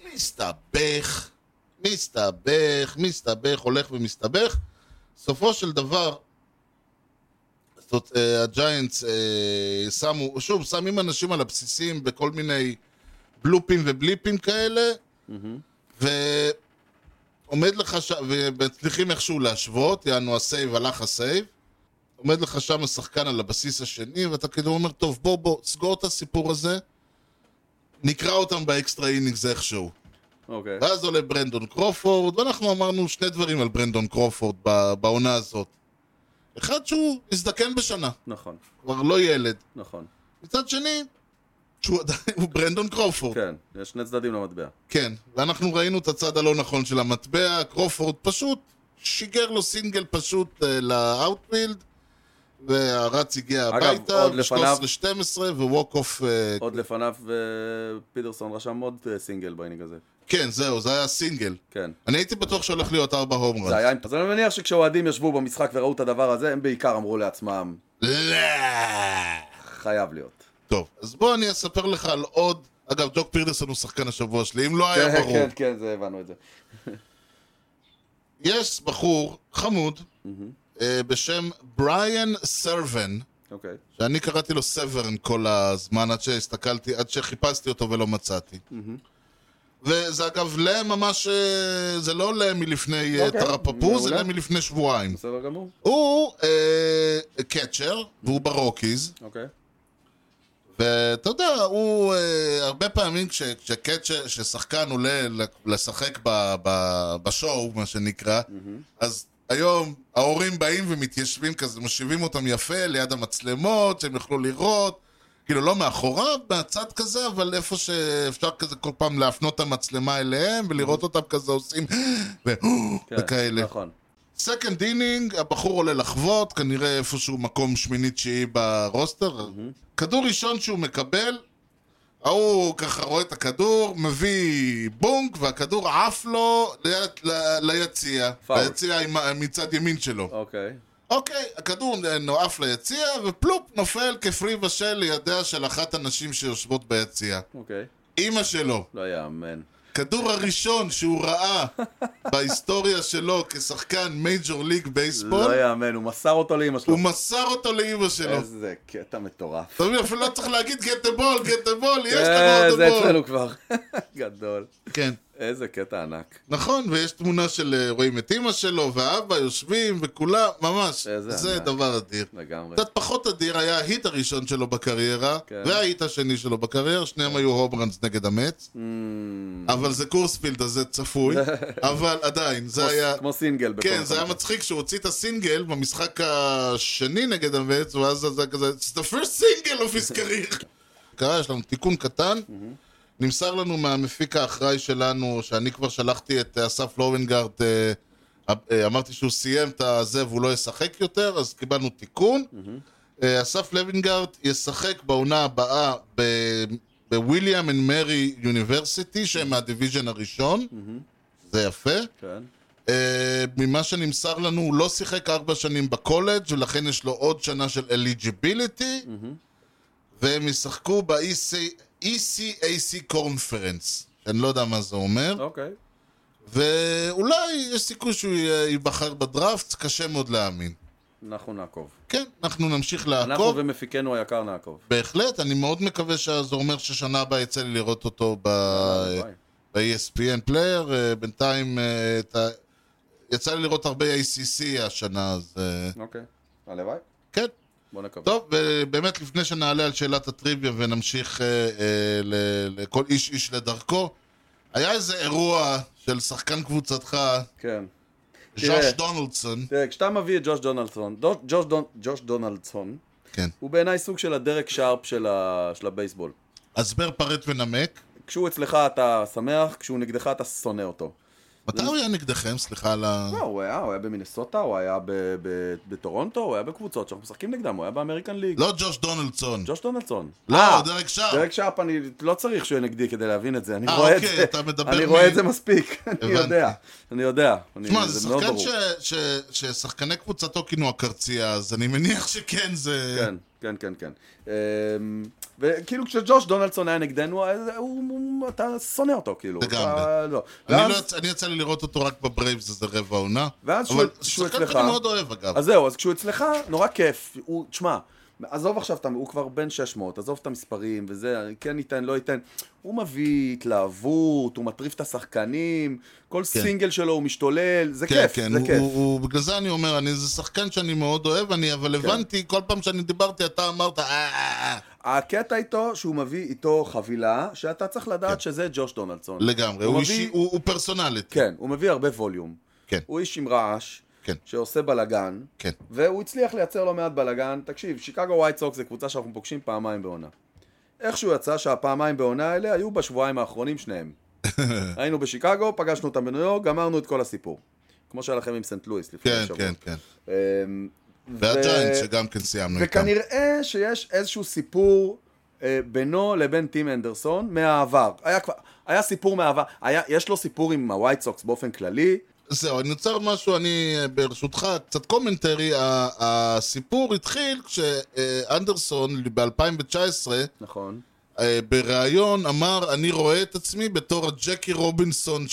מסתבך, הולך ומסתבך. סופו של דבר, הג'יינטס שמים אנשים על הבסיסים בכל מיני בלופים ובליפים כאלה, ועומד לך ומצליחים איכשהו להשוות, יענו הסייב, הלך הסייב, עומד לך שם השחקן על הבסיס השני, ואתה כאילו אומר, טוב, בוא, סגור את הסיפור הזה, נקרא אותם באקסטרה אינינגס איכשהו. אוקיי. ואז עולה ברנדון קרופורד, ואנחנו אמרנו שני דברים על ברנדון קרופורד בעונה הזאת. אחד שהוא הזדקן בשנה. נכון. כבר לא ילד. נכון. מצד שני, שהוא עדיין, הוא ברנדון קרופורד. כן, יש שני צדדים למטבע. כן, ואנחנו ראינו את הצד הלא נכון של המטבע, קרופורד פשוט שיגר לו סינגל פשוט לאוטפילד, והרץ הגיע הביתה, ב-13-12, וווק אוף... עוד לפניו פיטרסון רשם עוד סינגל בעיניג הזה. כן, זהו, זה היה סינגל. כן. אני הייתי בטוח שהולך להיות 4 הום רנס. אז אני מניח שכשאוהדים ישבו במשחק וראו את הדבר הזה, הם בעיקר אמרו לעצמם, חייב להיות. טוב, אז בוא אני אספר לך על עוד... אגב, ג'וק פיטרסון הוא שחקן השבוע שלי, אם לא היה ברור. כן, כן, זה הבנו את זה. יש בחור חמוד בשם בריאן סרבן, שאני קראתי לו סברן כל הזמן עד שחיפשתי אותו ולא מצאתי. וזה אגב ממש, זה לא מלפני טרפפו, זה מלפני שבועיים. בסדר גמור. הוא קאצ'ר, והוא ברוקיז. אוקיי. ואתה יודע, הוא הרבה פעמים כששחקן עולה לשחק בשואו, מה שנקרא, אז היום ההורים באים ומתיישבים כזה, משיבים אותם יפה ליד המצלמות, שהם יוכלו לראות, כאילו לא מאחוריו, מהצד כזה, אבל איפה שאפשר כזה כל פעם להפנות את המצלמה אליהם, ולראות אותם כזה עושים, וכאלה. נכון. סקנד אינינג, הבחור עולה לחוות, כנראה איפשהו מקום שמינית-תשיעי ברוסטר. כדור ראשון שהוא מקבל, הוא ככה רואה את הכדור, מביא בונק, והכדור עף לו ליציע. ליציע מצד ימין שלו. אוקיי, הכדור נועף ליציע, ופלופ נופל כפרי בשל לידיה של אחת הנשים שיושבות ביציע. אמא שלו. לא יאמן. כדור הראשון שהוא ראה בהיסטוריה שלו כשחקן מייג'ור ליג בייסבול. לא יאמן, הוא מסר אותו לאמא שלו. הוא מסר אותו לאמא שלו. איזה קטע מטורף. אתה מבין, אפילו לא צריך להגיד get the ball, יש לנו עוד זה אצלנו כבר. גדול. כן. איזה קטע ענק. נכון, ויש תמונה של רואים את אמא שלו והאבא יושבים וכולם, ממש. זה דבר אדיר. לגמרי. קצת פחות אדיר היה ההיט הראשון שלו בקריירה, וההיט השני שלו בקריירה, שניהם היו הום ראנס נגד המץ. אבל זה קורספילד, אז זה צפוי. אבל עדיין, זה היה... כמו סינגל. כן, זה היה מצחיק שהוא הוציא את הסינגל במשחק השני נגד המץ, ואז זה כזה, it's the first single of his career. קרה, יש לנו תיקון קטן. נמסר לנו מהמפיק האחראי שלנו, שאני כבר שלחתי את אסף לורנגארד, אמרתי שהוא סיים את הזה והוא לא ישחק יותר, אז קיבלנו תיקון. אסף לורנגארד ישחק בעונה הבאה בוויליאם אנד מרי יוניברסיטי, שהם מהדיוויז'ן הראשון. זה יפה. ממה שנמסר לנו, הוא לא שיחק 4 שנים בקולג' ולכן יש לו עוד שנה של eligibility, והם ישחקו ב-ECAC Conference, שאני לא יודע מה זה אומר. אוקיי. ואולי יש סיכוי שהוא ייבחר בדראפט, קשה מאוד להאמין. אנחנו נעקוב. כן, אנחנו נמשיך לעקוב. אנחנו ומפיקנו היקר נעקוב. בהחלט, אני מאוד מקווה שזה אומר ששנה הבאה יצא לי לראות אותו ב-ESPN Player. בינתיים יצא לי לראות הרבה ACC השנה, אז... אוקיי, הלוואי. כן. בוא נקווה. טוב, ובאמת לפני שנעלה על שאלת הטריוויה ונמשיך לכל איש לדרכו, היה איזה אירוע של שחקן קבוצתך, כן. ג'וש דונלדסון. תראה, כשאתה מביא את ג'וש דונלדסון, כן. הוא בעיניי סוג של הדרק שרפ של הבייסבול. הסבר פרט ונמק. כשהוא אצלך אתה שמח, כשהוא נגדך אתה שונא אותו. מתי הוא היה נגדכם? סליחה על ה... לא, הוא היה במינסוטה, הוא היה בטורונטו, הוא היה בקבוצות שאנחנו משחקים נגדם, הוא היה באמריקן ליג. לא ג'וש דונלדסון. ג'וש דונלדסון. לא, דרק שרפ. דרק שרפ, אני לא צריך שהוא יהיה נגדי כדי להבין את זה, אני רואה את זה מספיק, אני יודע. תשמע, זה שחקן ששחקני קבוצתו כינו הקרצייה, אז אני מניח שכן זה... כן. וכאילו כשג'וש דונלדסון היה נגדנו, אתה שונא אותו, כאילו. לגמרי. אני יצא לי לראות אותו רק בברייבס, זה רבע עונה. ואז אבל שהוא שחקן אצלך... שאני מאוד אוהב, אגב. אז זהו, אז כשהוא אצלך, נורא כיף. תשמע, עזוב עכשיו, הוא כבר בין 600, עזוב את המספרים וזה, כן ייתן, לא ייתן. הוא מביא התלהבות, הוא מטריף את השחקנים, כל סינגל שלו הוא משתולל, זה כיף, זה כיף. בגלל זה אני אומר, זה שחקן שאני מאוד אוהב, אבל הבנתי, כל פעם שאני דיברתי, אתה אמרת, הקטע איתו, שהוא מביא איתו חבילה, שאתה צריך לדעת שזה ג'וש דונלדסון. לגמרי, הוא פרסונלית. כן, הוא מביא הרבה ווליום. כן. הוא איש עם רעש. כן. שעושה בלגן, כן. והוא הצליח לייצר לא מעט בלגן. תקשיב, שיקגו ווייט סוקס זה קבוצה שאנחנו פוגשים פעמיים בעונה. איכשהו יצא שהפעמיים בעונה האלה היו בשבועיים האחרונים שניהם. היינו בשיקגו, פגשנו אותם בניו יורק, גמרנו את כל הסיפור. כמו שהיה לכם עם סנט לואיס לפני שבוע. כן. והג'יינט שגם כן סיימנו איתם. וכנראה שיש איזשהו סיפור בינו לבין טים אנדרסון מהעבר. היה סיפור מהעבר. יש לו סיפור עם הווייט סוקס באופן כללי. זהו, אני יוצר משהו, ברשותך, קצת קומנטרי, הסיפור התחיל כשאנדרסון ב-2019, נכון. בראיון אמר, אני רואה את עצמי בתור הג'קי רובינסון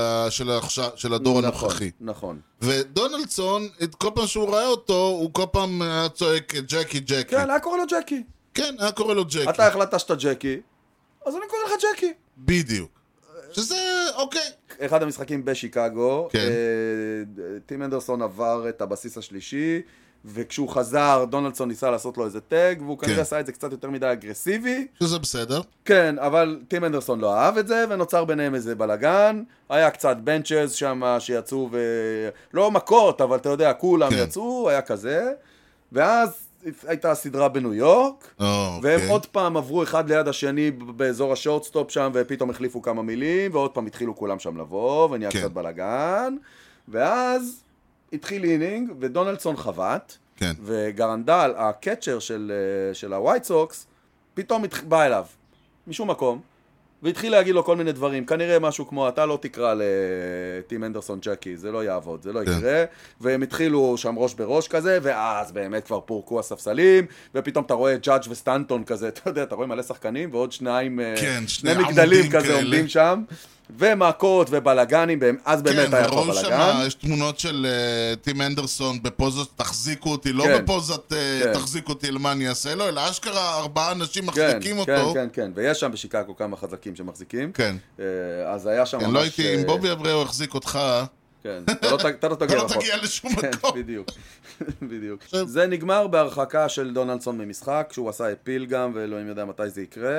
של הדור הנוכחי. נכון. ודונלדסון, כל פעם שהוא ראה אותו, הוא כל פעם היה צועק ג'קי. כן, היה קורא לו ג'קי. כן, היה קורא לו ג'קי. אתה החלטת שאתה ג'קי, אז אני קורא לך ג'קי. בדיוק. שזה, אוקיי. אחד המשחקים בשיקגו, כן. טים אנדרסון עבר את הבסיס השלישי, וכשהוא חזר, דונלדסון ניסה לעשות לו איזה טג, והוא כנראה עשה את זה קצת יותר מדי אגרסיבי. שזה בסדר. כן, אבל טים אנדרסון לא אהב את זה, ונוצר ביניהם איזה בלגן. היה קצת בנצ'ז שם שיצאו, לא מכות, אבל אתה יודע, כולם יצאו, היה כזה. ואז הייתה סדרה בניו יורק, והם עוד פעם עברו אחד ליד השני באזור השורטסטופ שם, ופתאום החליפו כמה מילים, ועוד פעם התחילו כולם שם לבוא, ונהיה קצת בלגן. ואז התחיל אינינג, ודונלדסון חבט, וגרנדל, הקצ'ר של הווייט סוקס, פתאום בא אליו, משום מקום, והתחיל להגיד לו כל מיני דברים, כנראה משהו כמו, אתה לא תקרא לטים אנדרסון ג'קי, זה לא יעבוד, זה לא יקרה, והם התחילו שם ראש בראש כזה, ואז באמת כבר פורקו הספסלים, ופתאום אתה רואה ג'אדג' וסטנטון כזה, אתה יודע, אתה רואה מלא שחקנים, ועוד שני מגדלים כזה עומדים שם, ומעקות ובלגנים, אז באמת היה כבר בלגן. כן, יש תמונות של טים אנדרסון בפוזות תחזיקו אותי, לא בפוזות תחזיק אותי למה אני אעשה לו, אלא אשכרה 4 אנשים מחזיקים אותו. כן, ויש שם בשיקגו כמה חזקים שמחזיקים. כן. אז היה שם ממש... כן, לא הייתי, אם בובי אבריאו החזיק אותך... כן, אתה לא תגיע לשום מקום. בדיוק. זה נגמר בהרחקה של דונלדסון ממשחק, כשהוא עשה אפיל גם, ואלוהים יודע מתי זה יקרה.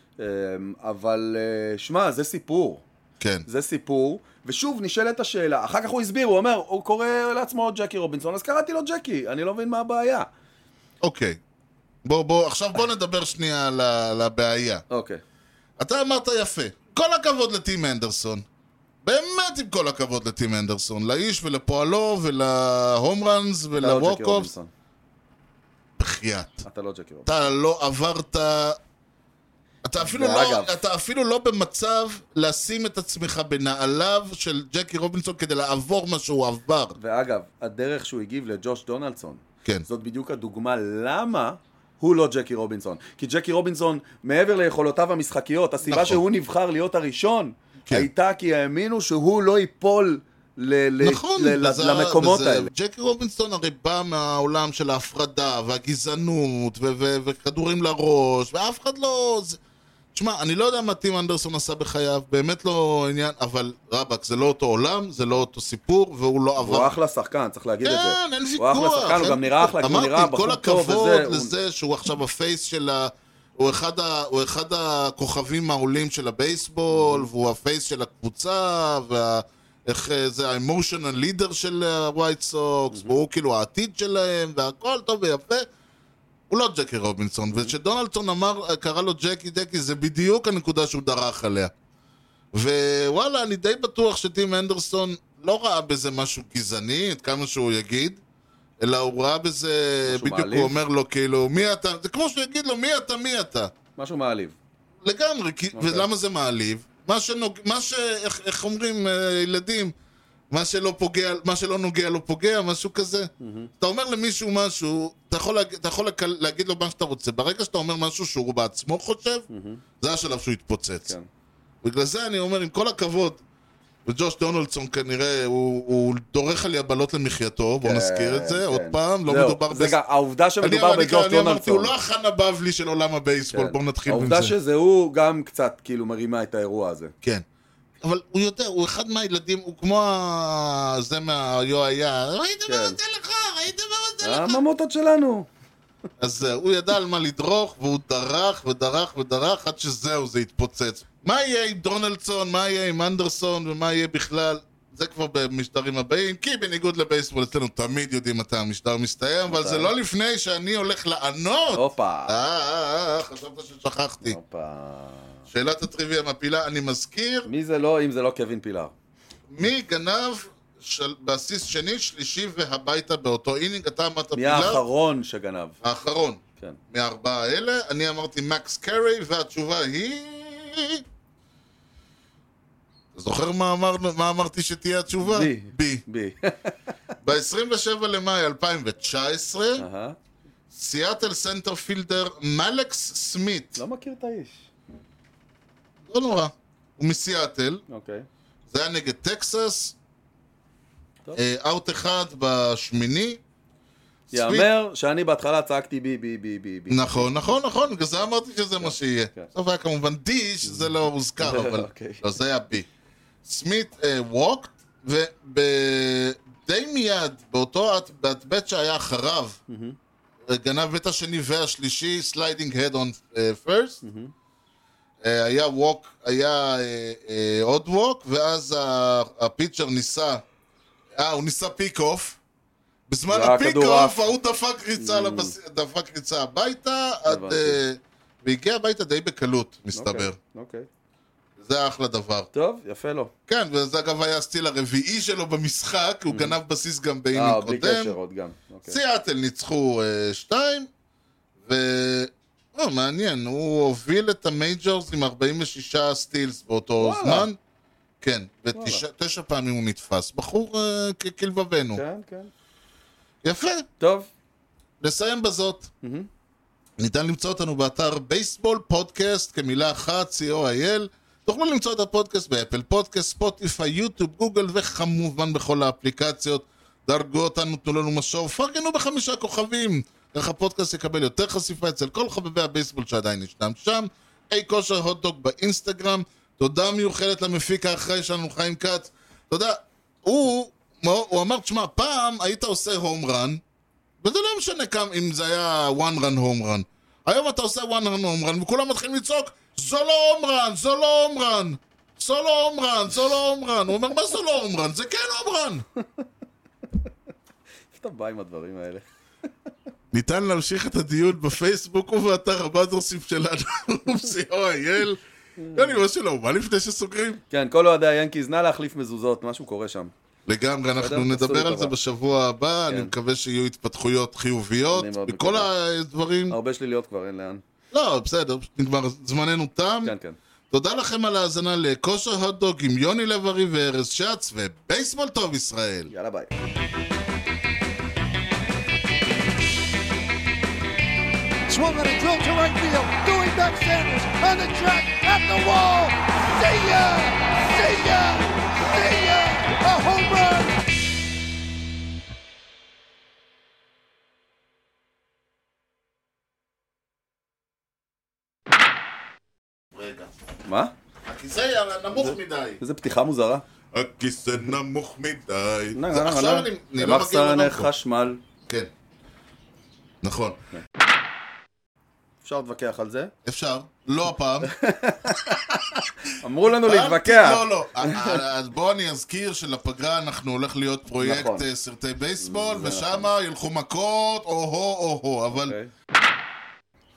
אבל, שמע, זה סיפור. כן. זה סיפור, ושוב נשאלת השאלה, אחר כך הוא הסביר, הוא אומר, הוא קורא לעצמו ג'קי רובינסון, אז קראתי לו ג'קי, אני לא מבין מה הבעיה. אוקיי. עכשיו בוא נדבר שנייה על הבעיה. אוקיי. אתה אמרת יפה, כל הכבוד לטים אנדרסון. באמת עם כל הכבוד לטים אנדרסון, לאיש ולפועלו ולהום ראנס ולווקופס. בחייאת. אתה לא ג'קי רובינסון. אתה לא עברת... אתה אפילו לא במצב לשים את עצמך בנעליו של ג'קי רובינסון כדי לעבור מה שהוא עבר. ואגב, הדרך שהוא הגיב לג'וש דונלדסון, כן. זאת בדיוק הדוגמה למה הוא לא ג'קי רובינסון. כי ג'קי רובינסון, מעבר ליכולותיו המשחקיות, הסיבה נכון. שהוא נבחר להיות הראשון, כן. הייתה כי האמינו שהוא לא ייפול נכון, למקומות האלה. ג'קי רובינסון הרי בא מהעולם של ההפרדה והגזענות וכדורים לראש, ואף אחד לא... תשמע, אני לא יודע מה טים אנדרסון עשה בחייו, באמת לא עניין, אבל רבק, זה לא אותו עולם, זה לא אותו סיפור, והוא לא עבר... הוא אחלה שחקן, צריך להגיד את זה. כן, אין ויכוח. הוא אחלה שחקן, הוא גם נראה אחלה, הוא נראה בחור טוב וזה. אמרתי, כל הכבוד לזה שהוא עכשיו הפייס של ה... הוא אחד הכוכבים העולים של הבייסבול, והוא הפייס של הקבוצה, איך זה האמושיונל לידר של הווייט סוקס, והוא כאילו העתיד שלהם, והכל טוב ויפה. הוא לא ג'קי רובינסון, ושדונלדסון קרא לו ג'קי, זה בדיוק הנקודה שהוא דרך עליה. ווואלה, אני די בטוח שטים אנדרסון לא ראה בזה משהו גזעני, את כמה שהוא יגיד, אלא הוא ראה בזה, בדיוק מעליב. הוא אומר לו כאילו, מי אתה? זה כמו שהוא יגיד לו, מי אתה? משהו מעליב. לגמרי, ולמה זה מעליב? איך אומרים ילדים, מה שלא נוגע לא פוגע, משהו כזה. אתה אומר למישהו משהו, אתה יכול להגיד לו מה שאתה רוצה. ברגע שאתה אומר משהו שהוא בעצמו חושב, זה השלב שהוא יתפוצץ. כן. בגלל זה אני אומר, עם כל הכבוד, וג'וש דונלדסון כנראה, הוא דורך על יבלות למחייתו, בואו נזכיר את זה, עוד פעם, לא מדובר... העובדה שמדובר בג'וש דונלדסון. אני אמרתי, הוא לא החנה בבלי של עולם הבייסבול, בואו נתחיל עם זה. העובדה שזה הוא גם קצת כאילו מרימה את האירוע הזה. כן. אבל הוא יודע, הוא אחד מהילדים, הוא כמו זה מהיו-היה, ראיתם מה עושה לך, ראיתם מה עושה לך. הממוטות שלנו. אז הוא ידע על מה לדרוך, והוא דרך, עד שזהו, זה התפוצץ. מה יהיה עם דונלדסון, מה יהיה עם אנדרסון, ומה יהיה בכלל, זה כבר במשטרים הבאים, כי בניגוד לבייסבול, אצלנו תמיד יודעים מתי המשטר מסתיים, אבל זה לא לפני שאני הולך לענות. הופה. חשבת ששכחתי. הופה. שאלת הטריוויה מפילה, אני מזכיר. מי זה לא, אם זה לא קווין פילר? מי גנב בסיס שני, שלישי והביתה באותו אינינג? אתה אמרת פילר? מי האחרון שגנב? האחרון. כן. מהארבעה האלה. אני אמרתי מקס קרי, והתשובה היא... זוכר מה אמרתי שתהיה התשובה? בי. ב-27 למאי 2019, סיאטל סנטרפילדר מלקס סמית. לא מכיר את האיש. לא נורא. הוא מסיאטל. אוקיי. זה היה נגד טקסס. אאוט אחד בשמיני. יאמר שאני בהתחלה צעקתי בי. נכון, בגלל זה אמרתי שזה מה שיהיה. בסוף היה כמובן די, שזה לא הוזכר, אבל לא, זה היה בי. סמית ווקט, ודי מיד, באותו בית שהיה אחריו, גנב את השני והשלישי, סליידינג הד און פרסט, היה ווק, היה עוד ווק, ואז הפיצ'ר ניסה, הוא ניסה פיק אוף, בזמן הפיק אוף, הוא דפק ריצה הביתה, והגיע הביתה די בקלות, מסתבר. אוקיי. זה אחלה דבר. טוב, יפה לו. כן, וזה אגב היה הסטיל הרביעי שלו במשחק, הוא גנב בסיס גם באינינג קודם. בלי קשר עוד גם. סיאטל ניצחו 2, מעניין, הוא הוביל את המייג'ורס עם 46 סטילס באותו זמן. כן, ו9 פעמים הוא נתפס. בחור כלבבנו. כן. יפה. טוב. נסיים בזאת. ניתן למצוא אותנו באתר בייסבול פודקאסט כמילה אחת, co.il. תוכלו למצוא את הפודקאסט באפל פודקאסט, ספוטיפיי, יוטיוב, גוגל וכמובן בכל האפליקציות. דרגו אותנו, תנו לנו משוב, פרגנו ב5 כוכבים. איך הפודקאסט יקבל יותר חשיפה אצל כל חובבי הבייסבול שעדיין ישנם שם. כושר הוטדוג באינסטגרם. תודה מיוחדת למפיק האחראי שלנו, חיים כץ. תודה. הוא אמר, תשמע, פעם היית עושה הום רן, וזה לא משנה כמה, אם זה היה one run home run. היום אתה עושה one run home run, וכולם מתחילים לצעוק, זו לא הום רן, זו לא הום רן. זו לא הום רן, זו לא הום רן. הוא אומר, מה זו לא הום רן? זה כן הום רן. איך אתה בא עם הדברים האלה? ניתן להמשיך את הדיון בפייסבוק ובאתר הבאדרסיפ שלנו, co.il. אני משהו לא, מה לפני שסוגרים? כן, כל אוהדי היאנקיז, נא להחליף מזוזות, משהו קורה שם. לגמרי, אנחנו נדבר על זה בשבוע הבא, אני מקווה שיהיו התפתחויות חיוביות, בכל הדברים. הרבה שליליות כבר, אין לאן. לא, בסדר, נגמר, זמננו תם. כן. תודה לכם על ההאזנה לכושר הוטדוג עם יוני לב-ארי וארז שץ, ובייסבול טוב ישראל. יאללה ביי. Swung on a drill to right field. Doing back Sanders on the track at the wall. See ya! See ya! See ya! A home run! רגע. מה? הכיסא נמוך מדי. איזה פתיחה מוזרה. הכיסא נמוך מדי. עכשיו אני לא מגיע למקום. חשמל. כן. נכון. אפשר להתווכח על זה? אפשר, לא הפעם. אמרו לנו להתווכח. לא. אז בואו אני אזכיר שלפגרה אנחנו הולך להיות פרויקט סרטי בייסבול, ושם ילכו מכות, או-הו, אבל...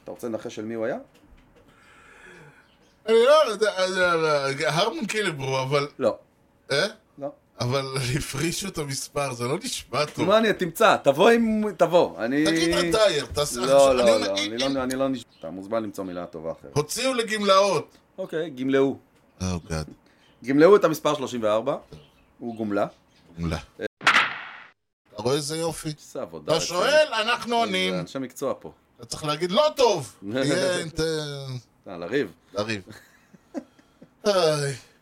אתה רוצה לנחש של מי הוא היה? אני לא יודע, הרמן קילברו, אבל... לא. לא. אבל הפרישו את המספר, זה לא נשמע טוב. מה אני, תמצא, תבוא. תגיד רטייר, תעשה... לא, אני לא נשמע. אתה מוזמן למצוא מילה טובה אחרת. הוציאו לגמלאות. אוקיי, גמלאו. גאד. גמלאו את המספר 34, הוא גומלה. גמלה. אתה רואה איזה יופי? עושה עבודה. אתה שואל, אנחנו עונים. זה אנשי מקצוע פה. אתה צריך להגיד לא טוב. לריב. לריב. איי.